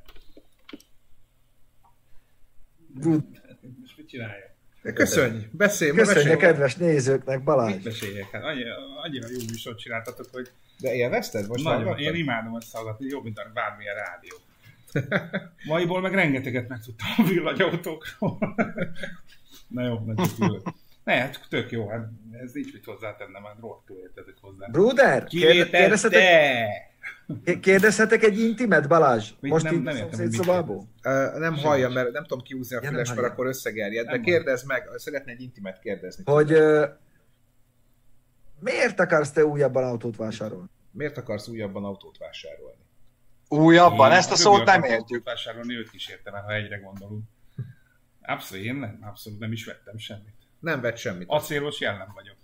S5: Most mit csinálja?
S2: Köszönj, beszélj,
S3: Köszönjük
S2: mesélj.
S3: a kedves nézőknek, Balázs.
S5: Mit meséljek? Hát annyira, annyira jó műsort csináltatok, hogy
S2: De élvezted? Most
S5: nagyon,
S2: hallgattad?
S5: én imádom ezt hallgatni, jobb, mint a bármilyen rádió. Maiból meg rengeteget megtudtam a villanyautókról. Na jó, ne tök jó. Ne, hát tök jó, hát ez nincs mit hozzátennem, hát rohadtul értetek hozzá.
S3: Bruder, kérdezhetek,
S5: Kivétette!
S3: kérdezhetek egy intimet, Balázs?
S5: Mit
S3: Most
S5: nem-
S3: itt
S5: nem
S3: a
S5: értem,
S3: szomszéd
S5: hogy mit
S3: szobából?
S2: Uh, nem hallja, mert nem tudom kiúzni a
S3: Ja,
S2: füles,
S3: nem
S2: mert
S3: hallja.
S2: akkor összegerjed, de
S5: Nem
S2: kérdezd meg, szeretne egy intimet kérdezni.
S3: Hogy uh, miért akarsz te újabban autót vásárolni?
S2: Miért akarsz újabban autót vásárolni?
S1: Újabban,
S5: Én
S1: ezt a
S5: Rövi
S1: szót nem
S5: akartam
S1: értjük.
S5: vásárolni, őt kísértem el, ha egyre gondolunk. Abszolút, én nem, abszolút nem is vettem semmit.
S2: Nem vett semmit.
S5: Acélos jellem vagyok.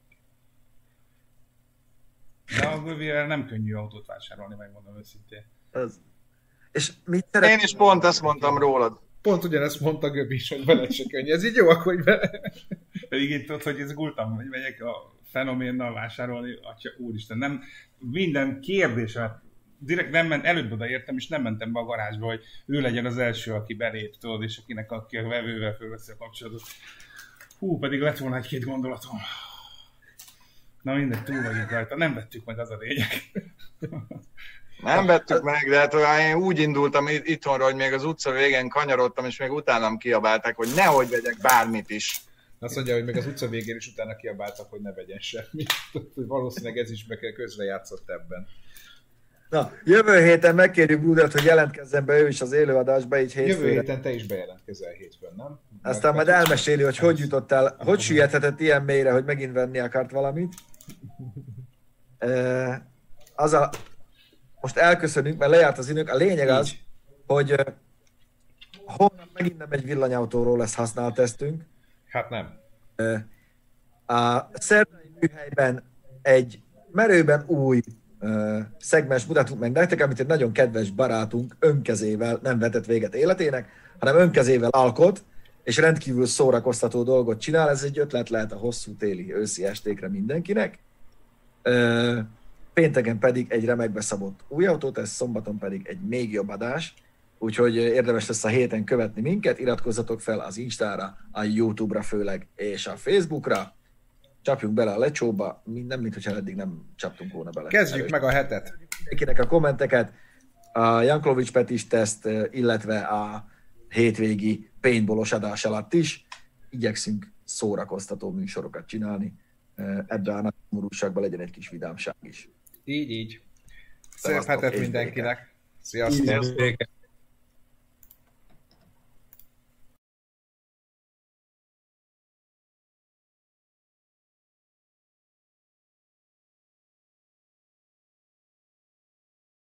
S5: De a Gövivel nem könnyű autót vásárolni, megmondom őszintén.
S3: Az. És mit
S1: Én
S3: szeretnél?
S1: is pont ezt mondtam rólad.
S2: Pont ugyanezt mondta Göbi is, hogy veled se könnyű. Ez így jó, akkor hogy vele.
S5: Pedig itt ott, hogy izgultam, hogy megyek a fenoménnal vásárolni, atya úristen, nem, minden kérdésemet, direkt nem ment, előbb odaértem, és nem mentem be a garázsba, hogy ő legyen az első, aki belép, tudod, és akinek aki a vevővel fölveszi a kapcsolatot. Hú, pedig lett volna egy-két gondolatom. Na mindegy, túl vagyunk rajta, nem vettük meg, az a lényeg.
S1: Nem vettük meg, de hát én úgy indultam itthonra, hogy még az utca végén kanyarodtam, és még utánam kiabálták, hogy nehogy vegyek bármit is.
S2: Azt mondja, hogy még az utca végén is utána kiabáltak, hogy ne vegyen semmit. Valószínűleg ez is be közrejátszott ebben.
S3: Na, jövő héten megkérjük Brudert, hogy jelentkezzen be ő is az élőadásba, így
S2: Jövő
S3: hétfőre.
S2: héten te is bejelentkezel hétfőn, nem?
S3: Aztán majd elmeséli, hogy hogy jutott el, hogy süllyedhetett ilyen mélyre, hogy megint venni akart valamit. E, az a, most elköszönünk, mert lejárt az időnk. A lényeg az,
S2: Így.
S3: hogy eh, holnap megint nem egy villanyautóról lesz használt tesztünk.
S2: Hát nem.
S3: Eh, A szerdai műhelyben egy merőben új uh, szegmens mutatunk meg nektek, amit egy nagyon kedves barátunk önkezével nem vetett véget életének, hanem önkezével alkot, és rendkívül szórakoztató dolgot csinál. Ez egy ötlet lehet a hosszú téli őszi estékre mindenkinek. Uh, pénteken pedig egy remekbe szabott új autót, ez szombaton pedig egy még jobb adás, úgyhogy érdemes lesz a héten követni minket, iratkozzatok fel az Instára, a YouTube-ra főleg, és a Facebookra. Csapjunk bele a lecsóba, nem mintha eddig nem csaptunk volna bele.
S2: Kezdjük
S3: Erős.
S2: meg a hetet.
S3: Mindenkinek a kommenteket, a Jankovics Petis teszt, illetve a hétvégi paintballos adás alatt is. Igyekszünk szórakoztató műsorokat csinálni. Ebben a nagy szomorúságban legyen egy kis vidámság is.
S2: Így, így. Szép hetet mindenkinek. Sziasztok!
S4: Sziasztok.